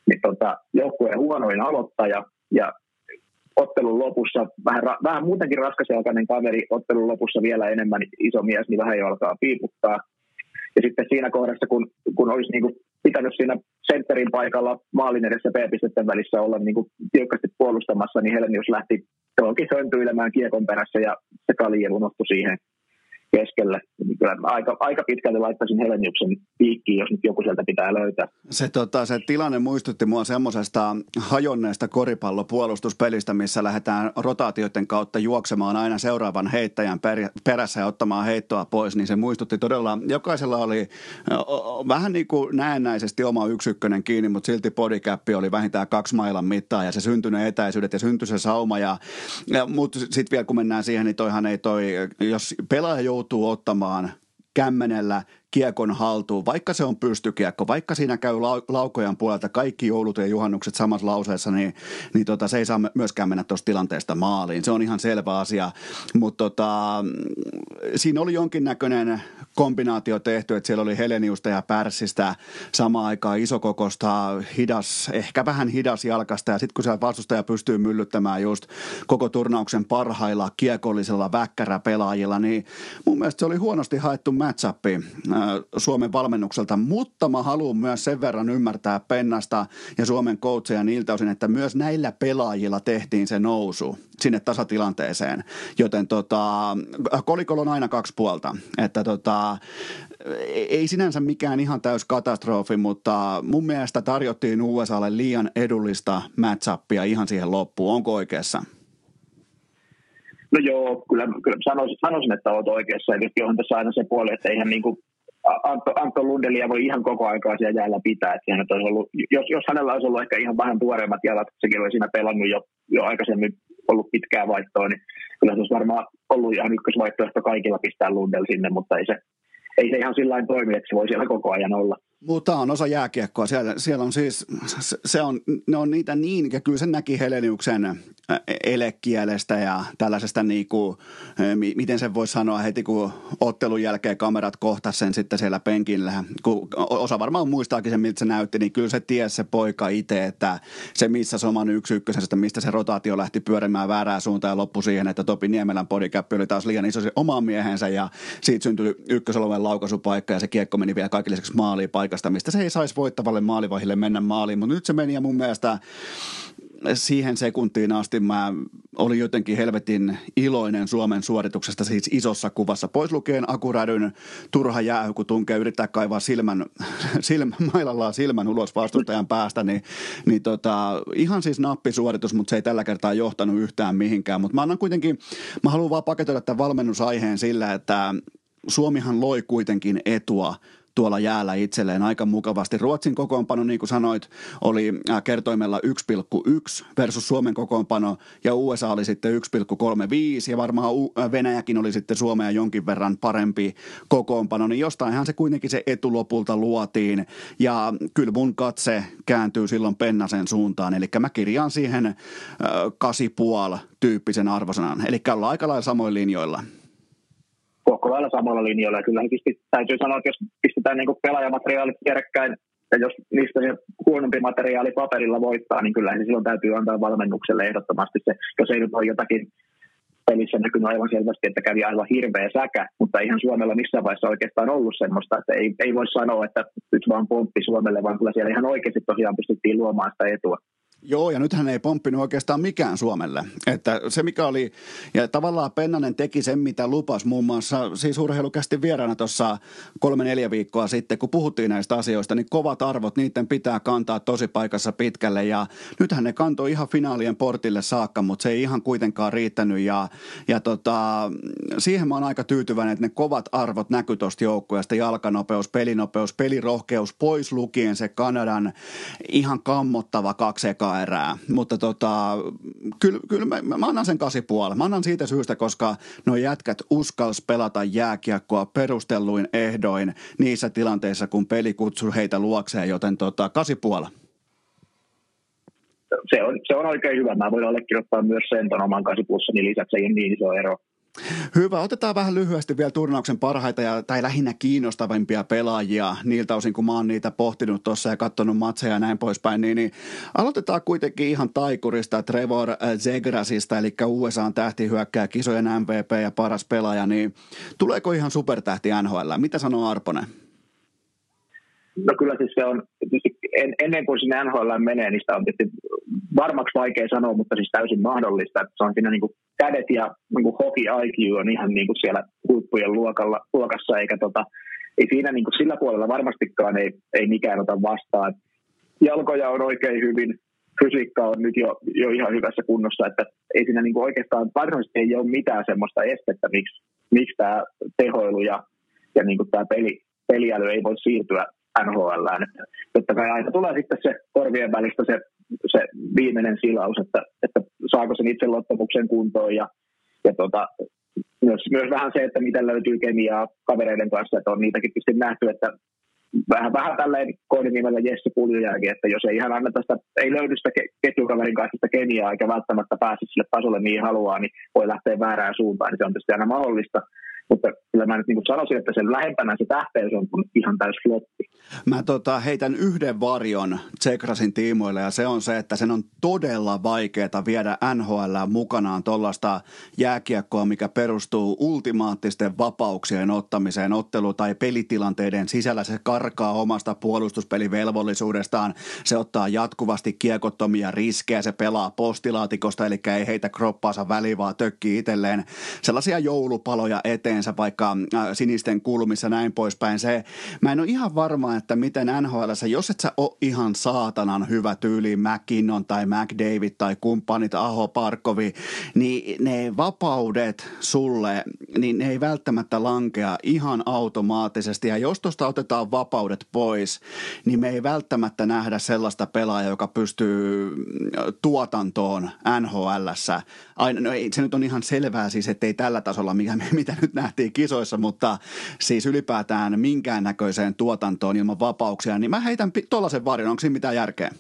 niin joukkueen huonoin aloittaja ja ottelun lopussa, vähän muutenkin raskasjalkainen kaveri, ottelun lopussa vielä enemmän iso mies, niin vähän jo alkaa piiputtaa. Ja sitten siinä kohdassa, kun olisi niin kuin pitänyt siinä sentterin paikalla maalin edessä B-pistetten välissä olla niin kuin tiukasti puolustamassa, niin Helenius lähti söntyilemään kiekon perässä ja se Kaljev unohtui siihen keskelle. Kyllä aika pitkälti laittaisin Heleniuksen piikkiin, jos nyt joku sieltä pitää löytää. Se tilanne muistutti mua semmoisesta hajonneesta koripallopuolustuspelistä, missä lähdetään rotaatioiden kautta juoksemaan aina seuraavan heittäjän perässä ja ottamaan heittoa pois, niin se muistutti todella, jokaisella oli vähän niin kuin näennäisesti oma yksikkönen kiinni, mutta silti bodycap oli vähintään 2 mailan mittaa ja se syntyi ne etäisyydet ja syntyi se sauma. Mutta sitten vielä kun mennään siihen, niin jos pelaaja joutuu ottamaan kämmenellä kiekon haltuun, vaikka se on pystykiekko, vaikka siinä käy laukojan puolelta kaikki joulut ja juhannukset samassa lauseessa, niin se ei saa myöskään mennä tuosta tilanteesta maaliin. Se on ihan selvä asia, mutta siinä oli jonkinnäköinen kombinaatio tehty, että siellä oli Heleniusta ja Pärssistä samaan aikaan isokokosta, ehkä vähän hidas jalkasta, ja sitten kun se vastustaja pystyy myllyttämään just koko turnauksen parhailla kiekollisilla väkkäräpelaajilla, niin mun mielestä se oli huonosti haettu match-upi Suomen valmennukselta, mutta mä haluan myös sen verran ymmärtää Pennasta ja Suomen coacheja niiltä osin, että myös näillä pelaajilla tehtiin se nousu sinne tasatilanteeseen, joten kolikolla on aina 2 puolta, että ei sinänsä mikään ihan täys katastrofi, mutta mun mielestä tarjottiin USAlle liian edullista match-upia ihan siihen loppuun, onko oikeassa? No joo, kyllä sanoisin, että olet oikeassa. Eli on tässä aina se puoli, että eihän niin kuin Antto Lundelia voi ihan koko aikaa siellä jäällä pitää. Että ollut, jos hänellä olisi ollut ehkä ihan vähän tuoreimmat jalat, sekin oli siinä pelannut jo aikaisemmin ollut pitkää vaihtoa, niin kyllä se olisi varmaan ollut ihan ykkösvaihtoehto kaikilla pistää Lundell sinne, mutta ei se ihan sillain toimi, että se voi siellä koko ajan olla. Mutta on osa jääkiekkoa. Siellä on siis, ne on niitä niin, ja kyllä sen näki Heleniuksen elekielestä ja tällaisesta niinku, miten sen voi sanoa heti, kun ottelun jälkeen kamerat kohtas sen sitten siellä penkillä. Kun osa varmaan muistaakin sen, miltä se näytti, niin kyllä se tiesi se poika itse, että se missä oman 1-1, mistä se rotaatio lähti pyörimään väärään suuntaan ja loppui siihen, että Topi Niemelän bodycap oli taas liian iso se omaan miehensä ja siitä syntyi ykkösalueen laukaisupaikka ja se kiekko meni vielä kaikille lisäksi maaliin paikasta, mistä se ei saisi voittavalle maalivahille mennä maaliin, mutta nyt se meni ja mun mielestä siihen sekuntiin asti mä olin jotenkin helvetin iloinen Suomen suorituksesta siis isossa kuvassa. Pois lukien Akurädyn turha jäähy, kun tunkee yrittää kaivaa mailallaan silmän ulos vastustajan päästä, niin ihan siis nappisuoritus, mutta se ei tällä kertaa johtanut yhtään mihinkään. Mutta mä haluan vaan paketoida tämän valmennusaiheen sillä, että Suomihan loi kuitenkin etua tuolla jäällä itselleen aika mukavasti. Ruotsin kokoonpano, niin kuin sanoit, oli kertoimella 1,1 versus Suomen kokoonpano, ja USA oli sitten 1,35, ja varmaan Venäjäkin oli sitten Suomea jonkin verran parempi kokoonpano, niin jostainhan se kuitenkin se etu lopulta luotiin, ja kyllä mun katse kääntyy silloin Pennasen suuntaan, eli mä kirjaan siihen 8,5 tyyppisen arvosanan, eli ollaan aika lailla samoilla linjoilla. Koko lailla samalla linjoilla. Ja kyllä täytyy sanoa, että jos pistetään niin pelaajamateriaalit kierrekkäin, ja jos niistä se huonompi materiaali paperilla voittaa, niin kyllä se silloin täytyy antaa valmennukselle ehdottomasti se, jos ei nyt ole jotakin pelissä näkynyt aivan selvästi, että kävi aivan hirveä säkä, mutta eihän Suomella missään vaiheessa oikeastaan ollut semmoista, että ei voi sanoa, että nyt vaan pomppi Suomelle, vaan kyllä siellä ihan oikeasti tosiaan pystyttiin luomaan sitä etua. Joo, ja nythän ei pomppinut oikeastaan mikään Suomelle. Että se mikä oli, ja tavallaan Pennanen teki sen, mitä lupasi muun muassa, siis urheilukästi vieraana tuossa 3-4 viikkoa sitten, kun puhuttiin näistä asioista, niin kovat arvot, niiden pitää kantaa tosi paikassa pitkälle, ja nythän ne kantoi ihan finaalien portille saakka, mutta se ei ihan kuitenkaan riittänyt, ja siihen mä oon aika tyytyväinen, että ne kovat arvot näkyy tuosta joukkueesta, jalkanopeus, pelinopeus, pelirohkeus, pois lukien se Kanadan ihan kammottava 2 erää, mutta kyllä mä annan sen 8,5. Mä annan siitä syystä, koska nuo jätkät uskalsi pelata jääkiekkoa perustelluin ehdoin niissä tilanteissa, kun peli kutsui heitä luokseen, joten 8,5. Se on oikein hyvä. Mä voin allekirjoittaa myös sen ton oman 8+, niin lisäksi ei ole niin iso ero. Hyvä. Otetaan vähän lyhyesti vielä turnauksen parhaita tai lähinnä kiinnostavimpia pelaajia niiltä osin, kun mä oon niitä pohtinut tuossa ja katsonut matseja ja näin poispäin. Niin aloitetaan kuitenkin ihan taikurista, Trevor Zegrasista, eli USA:n tähtihyökkääjä, kisojen MVP ja paras pelaaja. Niin tuleeko ihan supertähti NHL? Mitä sanoo Arponen? No kyllä siis se on, ennen kuin sinne NHL menee, niin sitä on tietysti varmaksi vaikea sanoa, mutta siis täysin mahdollista, että se on siinä niin kuin kädet ja niin kuin hockey IQ on ihan niin kuin siellä huippujen luokassa, eikä ei siinä niin kuin sillä puolella varmastikaan ei mikään ota vastaan. Jalkoja on oikein hyvin, fysiikka on nyt jo ihan hyvässä kunnossa, että ei siinä niin kuin oikeastaan varsinaisesti ei ole mitään semmoista estettä, miksi tämä tehoilu ja niin kuin tämä peliäly ei voi siirtyä NHL:ään. Totta kai aina tulee sitten se korvien välistä se viimeinen silaus, että saako sen itseluottamuksen kuntoon ja myös vähän se, että miten löytyy kemiaa kavereiden kanssa, että on niitäkin tietysti nähty, että vähän tälleen koodinimellä Jesse Puljujärvi, että jos ei ihan anneta sitä, ei löydy sitä ketjukaverin kanssa sitä kemiaa eikä välttämättä pääse sille tasolle mihin haluaa, niin voi lähteä väärään suuntaan, niin se on tietysti aina mahdollista. Mutta kyllä mä nyt niin sanoisin, että sen lähempänä se tähteys on ihan täys floppi. Mä heitän yhden varjon Zegrasin tiimoille ja se on se, että sen on todella vaikeaa viedä NHL mukanaan tuollaista jääkiekkoa, mikä perustuu ultimaattisten vapauksien ottamiseen ottelu- tai pelitilanteiden sisällä. Se karkaa omasta puolustuspelivelvollisuudestaan, se ottaa jatkuvasti kiekottomia riskejä, se pelaa postilaatikosta, eli ei heitä kroppaansa väliin, vaan tökkii itselleen sellaisia joulupaloja eteen vaikka sinisten kulmissa näin poispäin. Mä en ole ihan varma, että miten NHL:ssä, jos et sä ole ihan saatanan hyvä tyyli McKinnon tai McDavid tai kumppanit Aho Parkkovi, niin ne vapaudet sulle, niin ne ei välttämättä lankea ihan automaattisesti. Ja jos tuosta otetaan vapaudet pois, niin me ei välttämättä nähdä sellaista pelaajaa, joka pystyy tuotantoon NHL:ssä. No ei, se nyt on ihan selvää siis, ettei tällä tasolla, mitä nyt nähtiin kisoissa, mutta siis ylipäätään minkäännäköiseen tuotantoon ilman vapauksia, niin mä heitän tuollaisen varjon. Onko siinä mitään järkeä?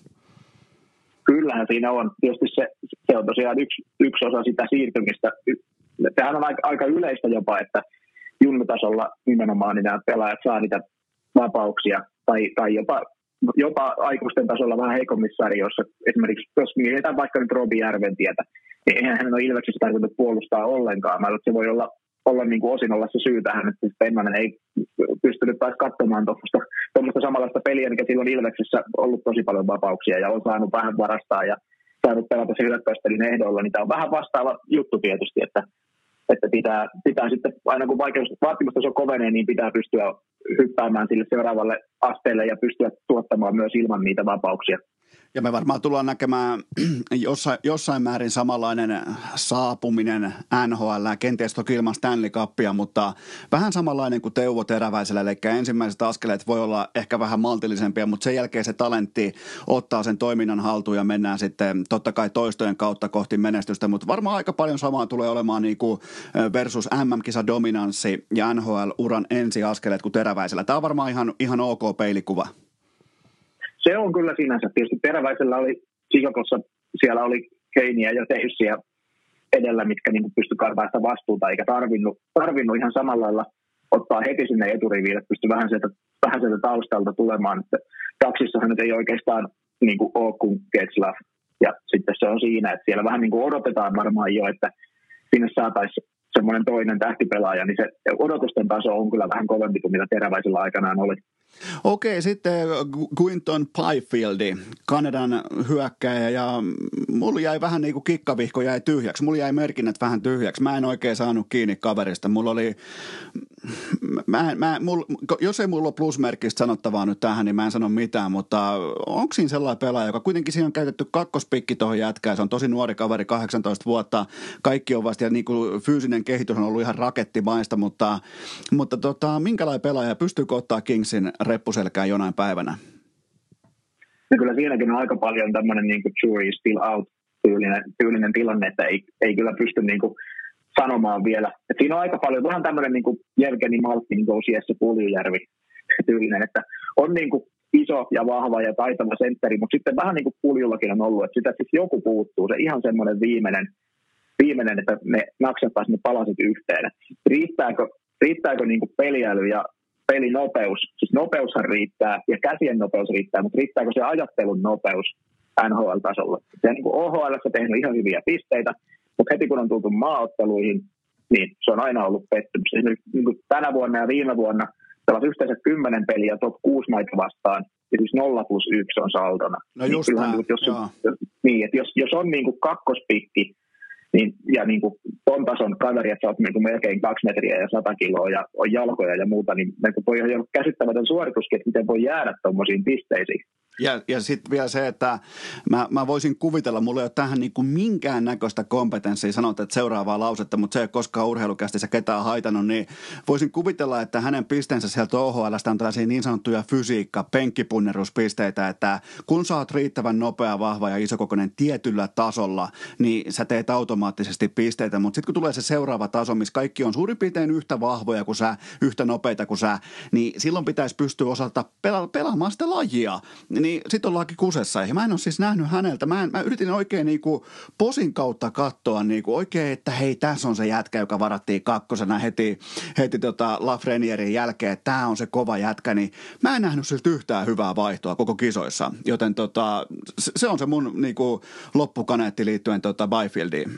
Kyllähän siinä on. Tietysti se on tosiaan yksi osa sitä siirtymistä. Sehän on aika yleistä jopa, että junnutasolla nimenomaan niin nämä pelaajat saa niitä vapauksia tai jopa aikuisten tasolla vähän heikommissa sarjoissa. Esimerkiksi jos mietitään vaikka nyt Robi Järventietä, niin eihän hän ole Ilveksessä tarkoitus puolustaa ollenkaan. Mä luulen, että se voi olla niin kuin osin olla se syy tähän, että Pennanen ei pystynyt taas katsomaan tuommoista samanlaista peliä, mikä silloin Ilveksessä ollut tosi paljon vapauksia ja on saanut vähän varastaa ja saanut pelata se hyökkäyspelin ehdoilla, niin tämä on vähän vastaava juttu tietysti, että pitää sitten, aina kun vaatimustaso kovenee, niin pitää pystyä hyppäämään sille seuraavalle asteelle ja pystyä tuottamaan myös ilman niitä vapauksia. Ja me varmaan tullaan näkemään jossain määrin samanlainen saapuminen NHL, kenties toki ilman Stanley Cupia, mutta vähän samanlainen kuin Teuvo Teräväisellä, eli ensimmäiset askeleet voi olla ehkä vähän maltillisempia, mutta sen jälkeen se talentti ottaa sen toiminnan haltuun ja mennään sitten totta kai toistojen kautta kohti menestystä, mutta varmaan aika paljon samaa tulee olemaan niin kuin versus MM-kisa-dominanssi ja NHL-uran ensiaskeleet kuin Teräväisellä. Tämä on varmaan ihan ok peilikuva. Se on kyllä sinänsä. Tietysti Teräväisellä oli Chicagossa, siellä oli Keiniä ja Teyssiä edellä, mitkä niin pystyi karvaamaan sitä vastuuta, eikä tarvinnut ihan samalla lailla ottaa heti sinne eturiviin, että pystyi vähän sieltä taustalta tulemaan. Taksissahan nyt ei oikeastaan niin kuin ole kuin Getzlaff, ja sitten se on siinä, että siellä vähän niin kuin odotetaan varmaan jo, että sinne saataisiin semmoinen toinen tähtipelaaja, niin se odotusten taso on kyllä vähän kovempi kuin mitä Teräväisellä aikanaan oli. Okei, sitten Quinton Byfieldi, Kanadan hyökkääjä, ja mulla jäi vähän niin kuin kikkavihko jäi tyhjäksi. Mulla jäi merkinnät vähän tyhjäksi. Mä en oikein saanut kiinni kaverista. Mulla oli, jos ei mulla ole plusmerkkistä sanottavaa nyt tähän, niin mä en sano mitään, mutta onko siinä sellainen pelaaja, joka kuitenkin siinä on käytetty kakkospikki tuohon jätkään. Se on tosi nuori kaveri, 18 vuotta. Kaikki on vasta, ja niin kuin fyysinen kehitys on ollut ihan rakettimaista, mutta minkälainen pelaaja pystyykö ottaa Kingsin reppuselkään jonain päivänä? Ja kyllä siinäkin on aika paljon tämmöinen niin kuin jury still out tyylinen tilanne, että ei kyllä pysty niin kuin sanomaan vielä. Et siinä on aika paljon vähän tämmöinen niin kuin Jevgeni Malkin Jesse Puljujärvi tyylinen, että on niin kuin iso ja vahva ja taitava sentteri, mutta sitten vähän niin kuin Puljullakin on ollut, että sitä siis joku puuttuu, se ihan semmoinen viimeinen, että ne naksattaisiin ne palaset yhteen. Riittääkö niin kuin peliäly ja pelinopeus? Siis nopeushan riittää ja käsien nopeus riittää, mutta riittääkö se ajattelun nopeus NHL-tasolla? Se on niin kuin OHL:ssä tehnyt ihan hyviä pisteitä, mutta heti kun on tultu maaotteluihin, niin se on aina ollut pettymys. Esimerkiksi niin kuin tänä vuonna ja viime vuonna pelasi yhteensä 10 peliä top 6 maita vastaan, ja siis 0+1 on saldona. No just jos on niin kuin kakkospikki, niin, ja niin kuin ton tason kaveri, että sä oot niin kuin melkein 2 metriä ja 100 kiloa ja on jalkoja ja muuta, niin voi olla käsittämätön suorituskin, että miten voi jäädä tuommoisiin pisteisiin. Ja sitten vielä se, että mä voisin kuvitella, mulla ei ole tähän niin kuin minkään näköistä kompetenssia sanoa, että seuraavaa lausetta, mutta se ei ole koskaan urheilukästissä ketään haitannut, niin voisin kuvitella, että hänen pisteensä sieltä OHL:stä on tällaisia niin sanottuja penkkipunneruspisteitä, että kun sä oot riittävän nopea, vahva ja isokokoinen tietyllä tasolla, niin sä teet automaattisesti pisteitä, mutta sitten kun tulee se seuraava taso, missä kaikki on suurin piirtein yhtä vahvoja kuin sä, yhtä nopeita kuin sä, niin silloin pitäisi pystyä osalta pelaamaan sitä lajia. Niin sitten ollaankin kusessa. Ja mä en ole siis nähnyt häneltä. Mä yritin oikein niinku posin kautta katsoa niinku oikein, että hei, tässä on se jätkä, joka varattiin kakkosena heti Lafrenierin jälkeen, että tää on se kova jätkä, niin mä en nähnyt siltä yhtään hyvää vaihtoa koko kisoissa. Joten se on se mun niinku loppukaneetti liittyen Byfieldiin.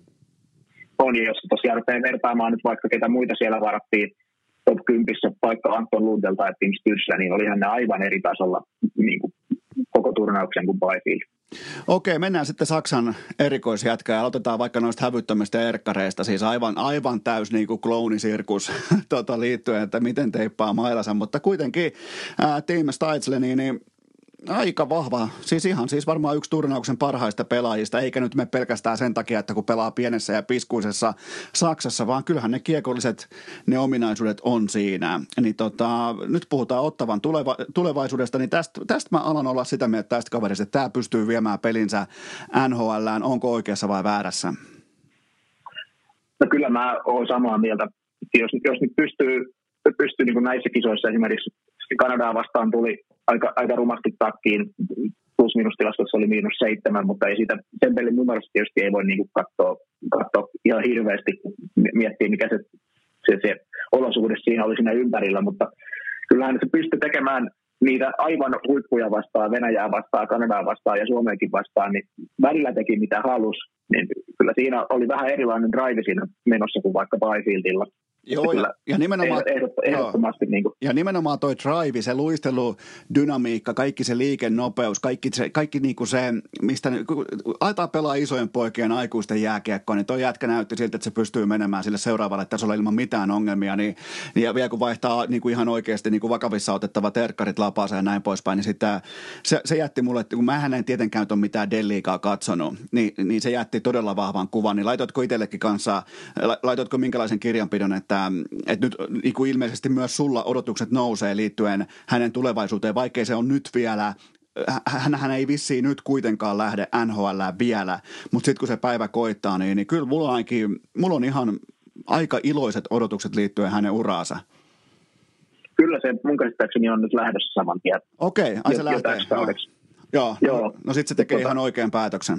On, ja jos tosiaan rupeaa vertaamaan nyt vaikka ketä muita siellä varattiin top 10 vaikka Anton Lundelta ja Tim Stützle, niin olihan ne aivan eri tasolla niin kuin koko turnauksen kuin Byfield. Okei, mennään sitten Saksan erikoisjätkään ja aloitetaan vaikka noista hävyttömistä erkkareista, siis aivan täys niin kuin kloonisirkus liittyen, että miten teippaa mailansa, mutta kuitenkin Tim Stützle, niin aika vahva, siis varmaan yksi turnauksen parhaista pelaajista, eikä nyt me pelkästään sen takia, että kun pelaa pienessä ja piskuisessa Saksassa, vaan kyllähän ne kiekolliset, ne ominaisuudet on siinä. Niin nyt puhutaan Ottavan tulevaisuudesta, niin tästä mä alan olla sitä mieltä tästä kaverista, että tämä pystyy viemään pelinsä NHL:ään, onko oikeassa vai väärässä? No kyllä mä oon samaa mieltä. Jos nyt pystyy niin kuin näissä kisoissa esimerkiksi Kanadaa vastaan tuli aika rumasti takkiin, plus-minus-tilastossa oli -7, mutta ei siitä, sen pelin numerosta tietysti ei voi niin kuin katsoa ihan hirveästi, miettiä mikä se olosuhde siinä oli siinä ympärillä, mutta kyllähän se pystyi tekemään niitä aivan huippuja vastaan, Venäjää vastaan, Kanadaa vastaan ja Suomeenkin vastaan, niin välillä teki mitä halusi, niin kyllä siinä oli vähän erilainen drive siinä menossa kuin vaikka Byfieldilla. Joo, ja nimenomaan, ehdottomasti niin kuin. Ja nimenomaan toi drive, se luisteludynamiikka, kaikki se liikennopeus, kaikki niin kuin se, mistä aletaan pelaa isojen poikien aikuisten jääkiekkoa, niin toi jätkä näytti siltä, että se pystyy menemään sille seuraavalle tasolle ilman mitään ongelmia, niin ja vielä kun vaihtaa niin kuin ihan oikeasti niin kuin vakavissa otettavat terkkarit lapaansa ja näin poispäin, niin sitten se jätti mulle, kun mähän en tietenkään ole mitään D-liigaa katsonut, niin se jätti todella vahvan kuvan, niin laitoitko itsellekin kanssa, laitoitko minkälaisen kirjanpidon, että nyt niin kuin ilmeisesti myös sulla odotukset nousee liittyen hänen tulevaisuuteen, vaikkei se on nyt vielä, hän ei vissiin nyt kuitenkaan lähde NHL:ään vielä, mutta sitten kun se päivä koittaa, niin kyllä mulla on ihan aika iloiset odotukset liittyen hänen uraansa. Kyllä se mun käsittääkseni on nyt lähdössä saman tien. Okei, se lähtee. Joo. No sitten se tekee ihan oikean päätöksen.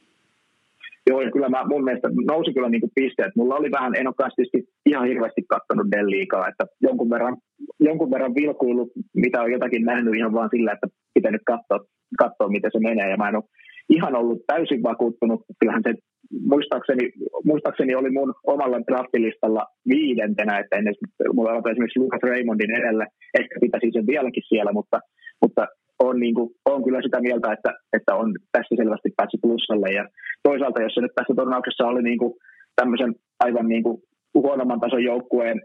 Joo, ja kyllä mun mielestä nousi kyllä niin kuin pisteet. Mulla oli vähän, en ole kanssa ihan hirveästi katsonut D-liigaa, että jonkun verran vilkuillut, mitä on jotakin nähnyt ihan vaan sillä, että pitänyt katsoa, miten se menee. Ja mä en ole ihan ollut täysin vakuuttunut. Kyllähän se muistaakseni oli mun omalla draftilistalla 5, että mulla on esimerkiksi Lucas Raymondin edelle. Ehkä pitäisi sen vieläkin siellä, mutta on kyllä sitä mieltä, että on tässä selvästi päässyt plussalle. Ja toisaalta, jos se nyt tässä turnauksessa oli niin kuin tämmöisen aivan niin kuin huonomman tason joukkueen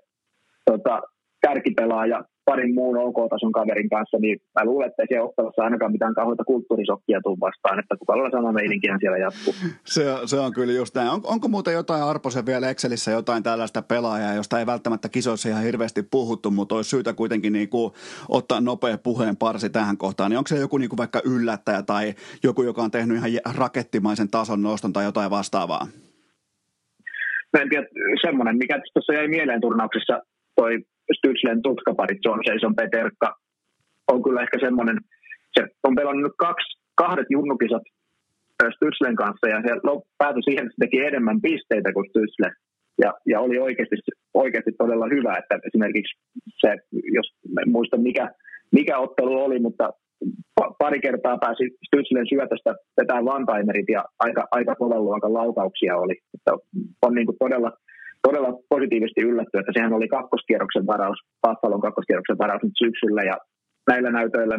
kärkipelaaja parin muun OK-tason kaverin kanssa, niin mä luulen, että ei siellä Ottavassa ainakaan mitään kauheita kulttuurisokkia tule vastaan, että kukalla sama meininkihän siellä jatkuu. Se on kyllä just näin. Onko muuten jotain, Arposen vielä Excelissä jotain tällaista pelaajaa, josta ei välttämättä kisoissa ihan hirveästi puhuttu, mutta olisi syytä kuitenkin niin kuin ottaa nopea puheen parsi tähän kohtaan, niin onko se joku niin kuin vaikka yllättäjä tai joku, joka on tehnyt ihan rakettimaisen tason noston tai jotain vastaavaa? Mä en tiedä, semmoinen, mikä tuossa jäi mieleen turnauksessa, toi Stützlen tutkapari Johnson Peterka on kyllä ehkä semmoinen, se on pelannut kahdet junnukisat Stützlen kanssa ja se päätyi siihen, että se teki enemmän pisteitä kuin Stützle. Ja oli oikeasti todella hyvä, että esimerkiksi se, jos muista mikä ottelu oli, mutta pari kertaa pääsi Stützlen syötöstä vetää one-timerit ja aika kovan luokan laukauksia oli. Että on niin kuin todella positiivisesti yllätty, että sehän oli kakkoskierroksen varaus, Buffalon kakkoskierroksen varaus nyt syksyllä ja näillä näytöillä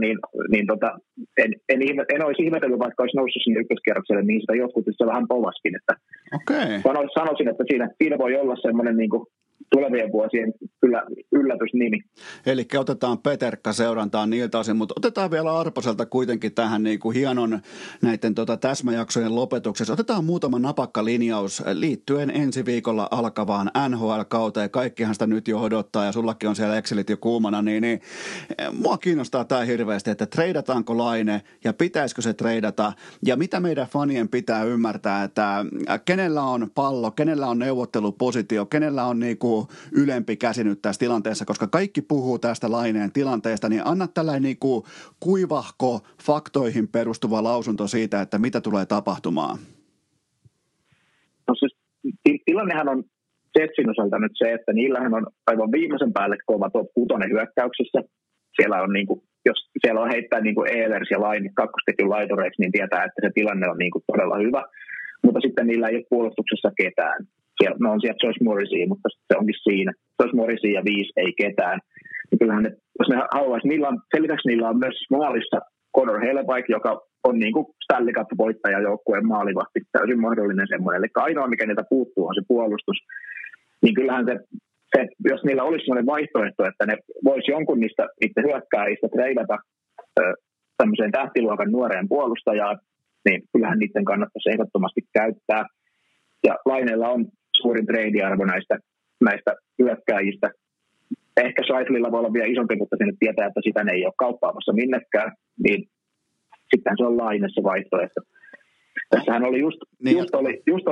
en olisi ihmetellyt, vaikka olisi noussut sinne ykköskierrokselle, niin sitä jotkut se vähän povaskin. Että sanoisin, että siinä voi olla semmoinen niin kuin tulevien vuosien kyllä yllätysnimi. Eli otetaan Peterkka seurantaan niiltä osin, mutta otetaan vielä Arposelta kuitenkin tähän niin kuin hienon näiden täsmäjaksojen lopetuksessa. Otetaan muutama napakka linjaus liittyen ensi viikolla alkavaan NHL-kauteen. Kaikkihan sitä nyt jo odottaa ja sullakin on siellä Excelit jo kuumana, niin mua kiinnostaa tämä hirveästi, että treidataanko Laine ja pitäisikö se treidata ja mitä meidän fanien pitää ymmärtää, että kenellä on pallo, kenellä on neuvottelupositio, kenellä on niinku ylempi käsi nyt tässä tilanteessa, koska kaikki puhuu tästä Laineen tilanteesta, niin anna tällainen niinku kuivahko faktoihin perustuva lausunto siitä, että mitä tulee tapahtumaan. No siis tilannehan on Jetsin osalta nyt se, että niillähän on aivan viimeisen päälle kova top 6 hyökkäyksessä. Siellä on niinku, jos siellä on heittää niinku Ehlers ja Laine kakkosketjun laitureiksi, niin tietää, että se tilanne on niinku todella hyvä. Mutta sitten niillä ei ole puolustuksessa ketään. On sieltä Josh Morrissey, mutta se onkin siinä. Josh Morrissey ja 5 ei ketään. Ja kyllähän jos ne haluaisi, sen lisäksi niillä on myös maalissa Connor Hellebuyck, joka on niin kuin Stanley Cup-voittaja joukkueen maalivahti. Täysin mahdollinen semmoinen. Eli ainoa, mikä niiltä puuttuu, on se puolustus. Niin kyllähän se jos niillä olisi sellainen vaihtoehto, että ne voisi jonkun niistä itse hyökkääjistä treidata tämmöiseen tähtiluokan nuoreen puolustajaan, niin kyllähän niiden kannattaisi ehdottomasti käyttää. Ja Laineella on suurin treidiarvo näistä hyökkääjistä. Ehkä Scheitlilla voi olla vielä isompi, mutta se nyt tietää, että sitä ne ei ole kauppaamassa minnekään, niin sitten se on Laine se vaihtoehto. Tässähän oli just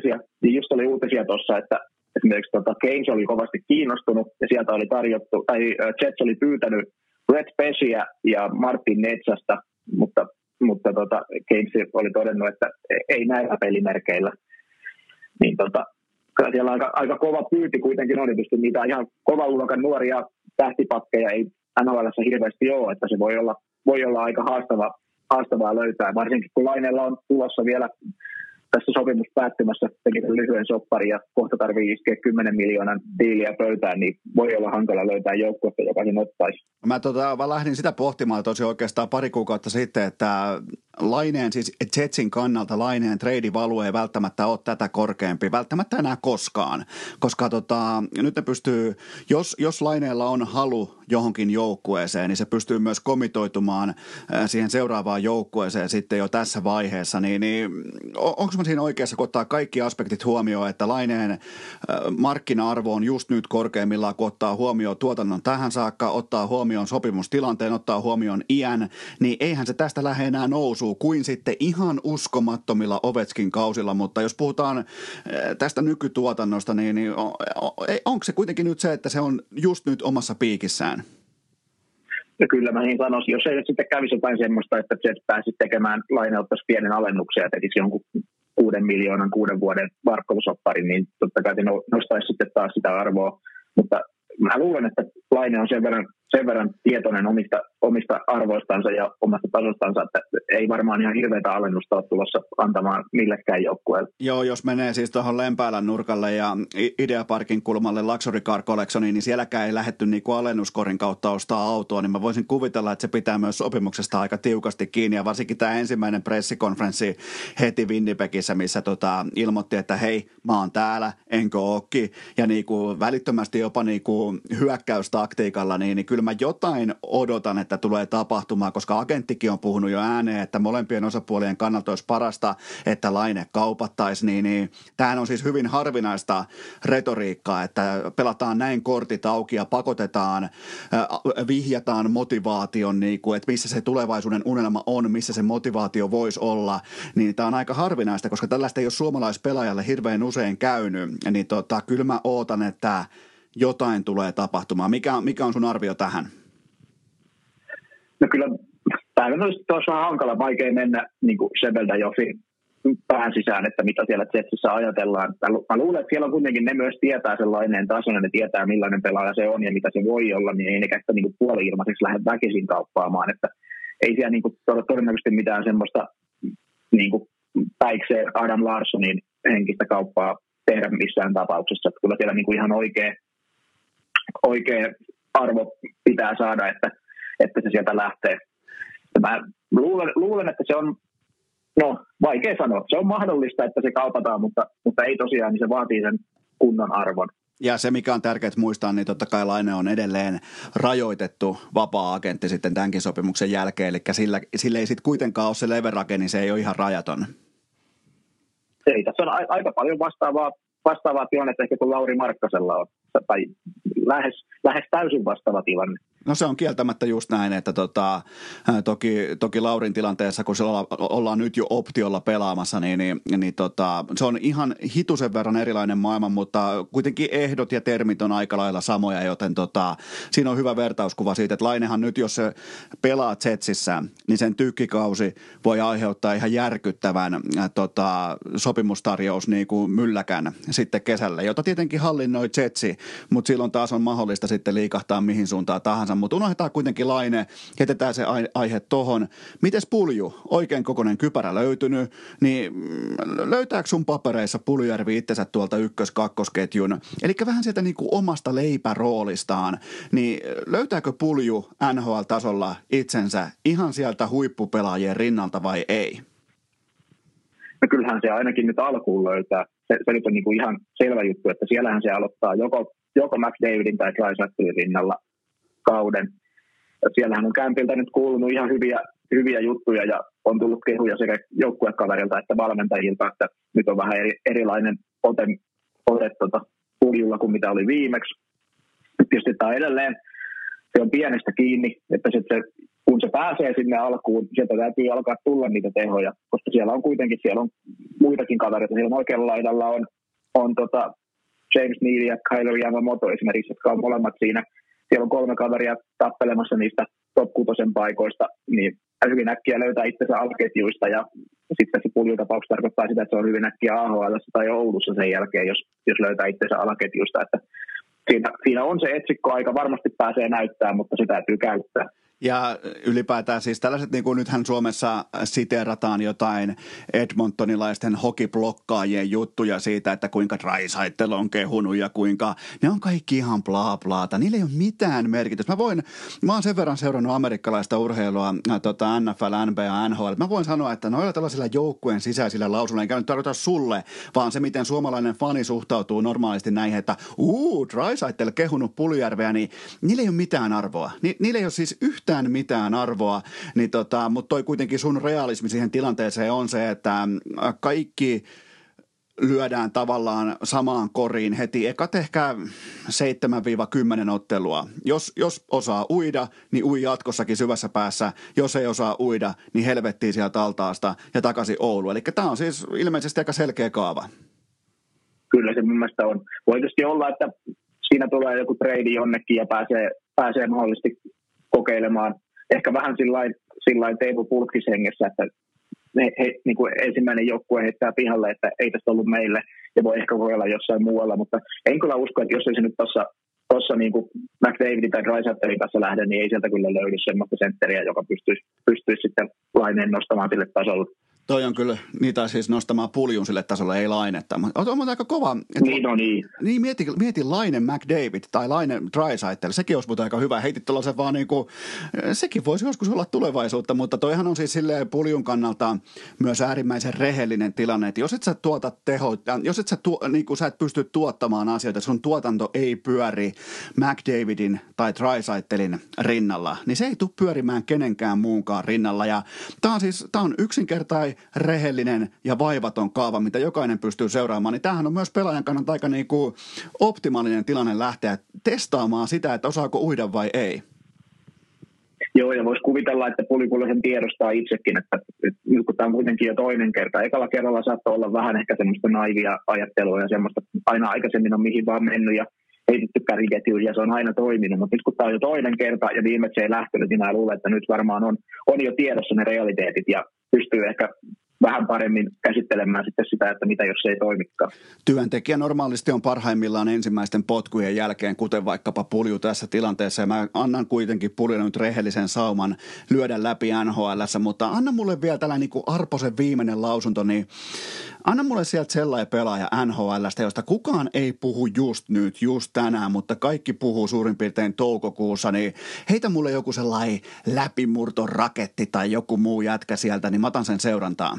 oli uutisia tuossa, että esimerkiksi Keynes oli kovasti kiinnostunut ja sieltä oli tarjottu, tai Jets oli pyytänyt Brett Pesciä ja Martin Netsasta, mutta Keynes oli todennut, että ei näillä pelimerkeillä. Niin kyllä siellä aika kova pyynti kuitenkin on, tietysti niitä ihan kovan luokan nuoria tähtipakkeja ei NHL:ssä hirveästi ole, että se voi olla aika haastavaa löytää, varsinkin kun Laineella on tulossa vielä tässä sopimus päättymässä, teki lyhyen sopparin ja kohta tarvii iskeä 10 miljoonan diiliä pöytään, niin voi olla hankala löytää joukkuetta, joka sen ottaisi. Mä lähdin sitä pohtimaan tosi oikeastaan pari kuukautta sitten, että Laineen, siis Jetsin kannalta Laineen treidivalue ei välttämättä ole tätä korkeampi, välttämättä enää koskaan, koska nyt ne pystyy, jos Laineella on halu johonkin joukkueeseen, niin se pystyy myös komitoitumaan siihen seuraavaan joukkueeseen sitten jo tässä vaiheessa, niin onko mä siinä oikeassa, kun ottaa kaikki aspektit huomioon, että Laineen markkina-arvo on just nyt korkeimmillaan, kun ottaa huomioon tuotannon tähän saakka, ottaa huomioon sopimustilanteen, ottaa huomioon iän, niin eihän se tästä lähde enää nousuun kuin sitten ihan uskomattomilla Ovechkin kausilla, mutta jos puhutaan tästä nykytuotannosta, niin onko se kuitenkin nyt se, että se on just nyt omassa piikissään? Ja kyllä mä niin sanoisin, jos ei nyt sitten kävisi jotain semmoista, että Jets pääsisi tekemään Laine ottaisi pienen alennuksen ja tekisi jonkun 6 miljoonan 6 vuoden varkkolusopparin, niin totta kai se nostaisi sitten taas sitä arvoa, mutta mä luulen, että Laine on sen verran tietoinen omista arvoistansa ja omasta tasostansa, että ei varmaan ihan hirveätä alennusta ole tulossa antamaan millekään joukkueelle. Joo, jos menee siis tuohon Lempäälän nurkalle ja Ideaparkin kulmalle Luxury Car Collectioniin, niin sielläkään ei lähdetty niinku alennuskorin kautta ostaa autoa, niin mä voisin kuvitella, että se pitää myös sopimuksesta aika tiukasti kiinni, ja varsinkin tämä ensimmäinen pressikonferenssi heti Winnipegissä, missä ilmoitti, että hei, mä oon täällä, enkö ookin, ja niinku välittömästi jopa niinku hyökkäystaktiikalla, niin kyllä mä jotain odotan, että tulee tapahtumaan, koska agenttikin on puhunut jo ääneen, että molempien osapuolien kannalta olisi parasta, että Laine kaupattaisi, niin tämähän on siis hyvin harvinaista retoriikkaa, että pelataan näin kortit auki ja pakotetaan, vihjataan motivaation, niin kuin, että missä se tulevaisuuden unelma on, missä se motivaatio voisi olla, niin tämä on aika harvinaista, koska tällaista ei ole suomalaispelaajalle hirveän usein käynyt, niin kyllä mä ootan, että jotain tulee tapahtumaan. Mikä on sun arvio tähän? No kyllä, tämä olisi vähän hankala, vaikea mennä niin kuin Shebeldajofin pään sisään, että mitä siellä Jetsissä ajatellaan. Mä luulen, että siellä on kuitenkin ne myös tietää sellainen tason, ne tietää millainen pelaaja se on ja mitä se voi olla, niin ei nekään sitä niin puoli-ilmaiseksi lähde väkisin kauppaamaan, että ei siellä niin kuin todennäköisesti mitään semmoista niin kuin päikseen Adam Larssonin henkistä kauppaa tehdä missään tapauksessa, että kyllä siellä niin kuin ihan oikea arvo pitää saada, että se sieltä lähtee. Ja mä luulen, että se on, vaikea sanoa. Se on mahdollista, että se kaupataan, mutta ei tosiaan, niin se vaatii sen kunnon arvon. Ja se, mikä on tärkeää muistaa, niin totta kai Laine on edelleen rajoitettu vapaa-agentti sitten tämänkin sopimuksen jälkeen, eli sillä ei sitten kuitenkaan ole se leverake, niin se ei ole ihan rajaton. Ei, tässä on aika paljon vastaavaa tilannetta ehkä kuin Lauri Markkasella on, tai lähes täysin vastaava tilanne. No se on kieltämättä just näin, että toki Laurin tilanteessa, kun siellä ollaan nyt jo optiolla pelaamassa, niin se on ihan hitusen verran erilainen maailma, mutta kuitenkin ehdot ja termit on aika lailla samoja, joten siinä on hyvä vertauskuva siitä, että Lainehan nyt, jos se pelaa Jetsissä, niin sen tykkikausi voi aiheuttaa ihan järkyttävän sopimustarjous niin kuin mylläkän sitten kesällä, jota tietenkin hallinnoi Jetsi, mutta silloin taas on mahdollista sitten liikahtaa mihin suuntaan tahansa. Mutta unohdetaan kuitenkin Laine, jätetään se aihe tohon. Mites Pulju? Oikein kokoinen kypärä löytynyt, niin löytääkö sun papereissa Puljujärvi itsensä tuolta ykkös-kakkosketjun, eli vähän sieltä niinku omasta leipäroolistaan, niin löytääkö Pulju NHL-tasolla itsensä ihan sieltä huippupelaajien rinnalta vai ei? No kyllähän se ainakin nyt alkuun löytää. Se nyt on niinku ihan selvä juttu, että siellähän se aloittaa joko McDavidin tai Draisaitlin rinnalla kauden. Siellähän on Kämpiltä nyt kuulunut ihan hyviä juttuja ja on tullut kehuja sekä joukkuekaverilta että valmentajilta, että nyt on vähän erilainen ote Puljulla kuin mitä oli viimeksi. Tietysti tämä edelleen, se on pienestä kiinni, että kun se pääsee sinne alkuun, sieltä täytyy alkaa tulla niitä tehoja, koska siellä on muitakin kavereita. Siellä on oikealla laidalla on James Neal ja Kailer Yamamoto esimerkiksi, jotka on molemmat siinä. Siellä on 3 kaveria tappelemassa niistä top 6 paikoista, niin hyvin äkkiä löytää itsensä alketjuista ja sitten se Puljutapauksessa tarkoittaa sitä, että se on hyvin äkkiä AHL tai Oulussa sen jälkeen, jos löytää itsensä alketjuista, että siinä on se etsikko aika, varmasti pääsee näyttämään, mutta se täytyy käyttää. Ja ylipäätään siis tällaiset, niin kuin nythän Suomessa siteerataan jotain edmontonilaisten hokiblokkaajien juttuja siitä, että kuinka Draisaitl on kehunut ja kuinka ne on kaikki ihan bla blaata. Niillä ei ole mitään merkitystä. Mä oon sen verran seurannut amerikkalaista urheilua, NFL, NBA, NHL. Mä voin sanoa, että noilla tällaisilla joukkueen sisäisillä lausuilla ei käynyt tarkoita sulle, vaan se, miten suomalainen fani suhtautuu normaalisti näihin, että Draisaitl kehunut Puljujärveä, niin niillä ei ole mitään arvoa. Niillä ei ole siis yhtään mitään arvoa, niin mutta toi kuitenkin sun realismi siihen tilanteeseen on se, että kaikki lyödään tavallaan samaan koriin heti ekat ehkä 7-10 ottelua. Jos osaa uida, niin ui jatkossakin syvässä päässä. Jos ei osaa uida, niin helvettiin sieltä altaasta ja takaisin Oulu. Eli tämä on siis ilmeisesti aika selkeä kaava. Kyllä se mun mielestä on. Voi tietysti olla, että siinä tulee joku trade jonnekin ja pääsee mahdollisesti kokeilemaan ehkä vähän sillain Teivo Pulkkis hengessä, että niin kuin ensimmäinen joukkue heittää pihalle, että ei tästä ollut meille ja voi ehkä kokeilla jossain muualla, mutta en kyllä usko, että jos ei se nyt tuossa niin kuin McDavidin tai Draisaitlin kanssa lähde, niin ei sieltä kyllä löydy semmoista sentteriä, joka pystyisi sitten Laineen nostamaan sille tasolle. Toi on kyllä, niitä siis nostamaan Puljun sille tasolle, ei Lainetta. On aika kova. Niin, mieti Laine McDavid tai Laine Draisaitl, sekin olisi aika hyvä. Heitit tuollaisen vaan niin kuin, sekin voisi joskus olla tulevaisuutta, mutta toihan on siis silleen Puljun kannalta myös äärimmäisen rehellinen tilanne, että jos et sä tuota tehoita, jos et sä, niin kuin sä et pysty tuottamaan asioita, sun tuotanto ei pyöri McDavidin tai Draisaitlin rinnalla, niin se ei tule pyörimään kenenkään muunkaan rinnalla. Ja tää on yksinkertainen, rehellinen ja vaivaton kaava, mitä jokainen pystyy seuraamaan, niin tämähän on myös pelaajan kannalta aika niin kuin optimaalinen tilanne lähteä testaamaan sitä, että osaako uida vai ei. Joo, ja voisi kuvitella, että Puljukulla sen tiedostaa itsekin, että nyt kun tämä on kuitenkin jo toinen kerta. Ekalla kerralla saattoi olla vähän ehkä semmoista naivia ajattelua ja semmoista, aina aikaisemmin on mihin vaan mennyt ja heitetty kärkiketjuun ja se on aina toiminut, mutta nyt kun tämä on jo toinen kerta ja viimeksi ei lähtenyt, niin mä luulen, että nyt varmaan on jo tiedossa ne realiteetit ja pystyy ehkä vähän paremmin käsittelemään sitten sitä, että mitä jos se ei toimikaan. Työntekijä normaalisti on parhaimmillaan ensimmäisten potkujen jälkeen, kuten vaikkapa Pulju tässä tilanteessa. Ja mä annan kuitenkin Puljulle nyt rehellisen sauman lyödä läpi NHL:ssä, mutta anna mulle vielä tällainen niin kuin Arposen viimeinen lausunto, niin anna mulle sieltä sellainen pelaaja NHL:stä, josta kukaan ei puhu just nyt, just tänään, mutta kaikki puhuu suurin piirtein toukokuussa, niin heitä mulle joku sellainen läpimurtoraketti tai joku muu jätkä sieltä, niin mä otan sen seurantaan.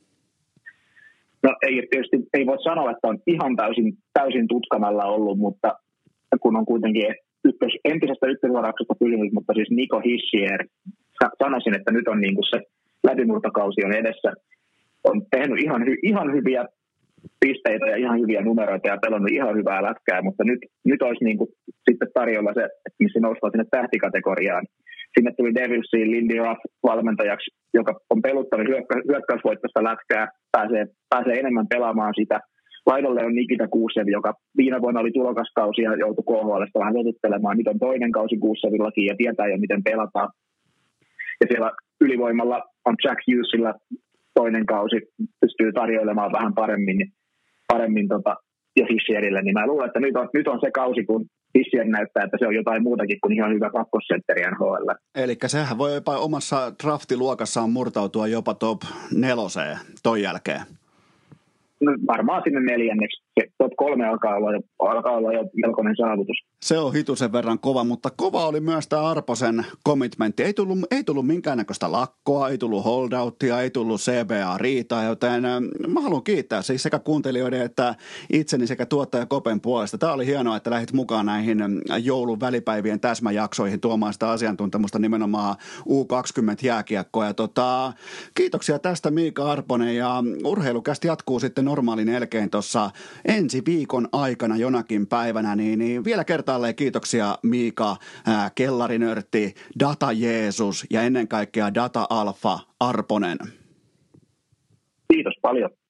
No ei voi sanoa, että on ihan täysin tutkan alla ollut, mutta kun on kuitenkin entisestä ykkösvarauksesta kysymys, mutta siis Nico Hischier, sanoisin, että nyt on niin kuin se läpimurtokausi on edessä. On tehnyt ihan hyviä pisteitä ja ihan hyviä numeroita ja pelannut ihan hyvää lätkää, mutta nyt olisi niin kuin sitten tarjolla se, että missä noustaan sinne tähtikategoriaan. Sinne tuli Devilsiin Lindy Ruff valmentajaksi, joka on peluttanut hyökkäysvoittoista lätkää, pääsee enemmän pelaamaan sitä. Laidalle on Nikita Kuusev, joka viime vuonna oli tulokaskausi ja joutui KHL:stä vähän sotittelemaan. Nyt on toinen kausi Kuusevillakin ja tietää jo, miten pelataan. Ja siellä ylivoimalla on Jack Hughesilla toinen kausi, pystyy tarjoilemaan vähän paremmin ja Hischierille. Niin mä luulen, että nyt on se kausi, kun Hischier näyttää, että se on jotain muutakin kuin ihan hyvä kakkosentteri NHL. Eli sehän voi jopa omassa draftiluokassaan murtautua jopa top 4 ton jälkeen. No, varmaan sinne 4. Top 3 alkaa olla jo melkoinen saavutus. Se on hitusen verran kova, mutta kova oli myös tämä Arposen commitmentti. Ei tullut minkäännäköistä lakkoa, ei tullut holdouttia, ei tullut CBA-riitaa, joten mä haluan kiittää siis sekä kuuntelijoiden että itseni sekä tuottaja Kopen puolesta. Tämä oli hienoa, että lähdit mukaan näihin joulun välipäivien täsmäjaksoihin tuomaan sitä asiantuntemusta nimenomaan U20-jääkiekkoa. Ja kiitoksia tästä Miika Arponen ja Urheilukästä jatkuu sitten normaalin elkeen tuossa ensi viikon aikana jonakin päivänä, niin vielä kertaalleen kiitoksia Miika, kellarinörtti, Data Jeesus ja ennen kaikkea Data Alfa Arponen. Kiitos paljon.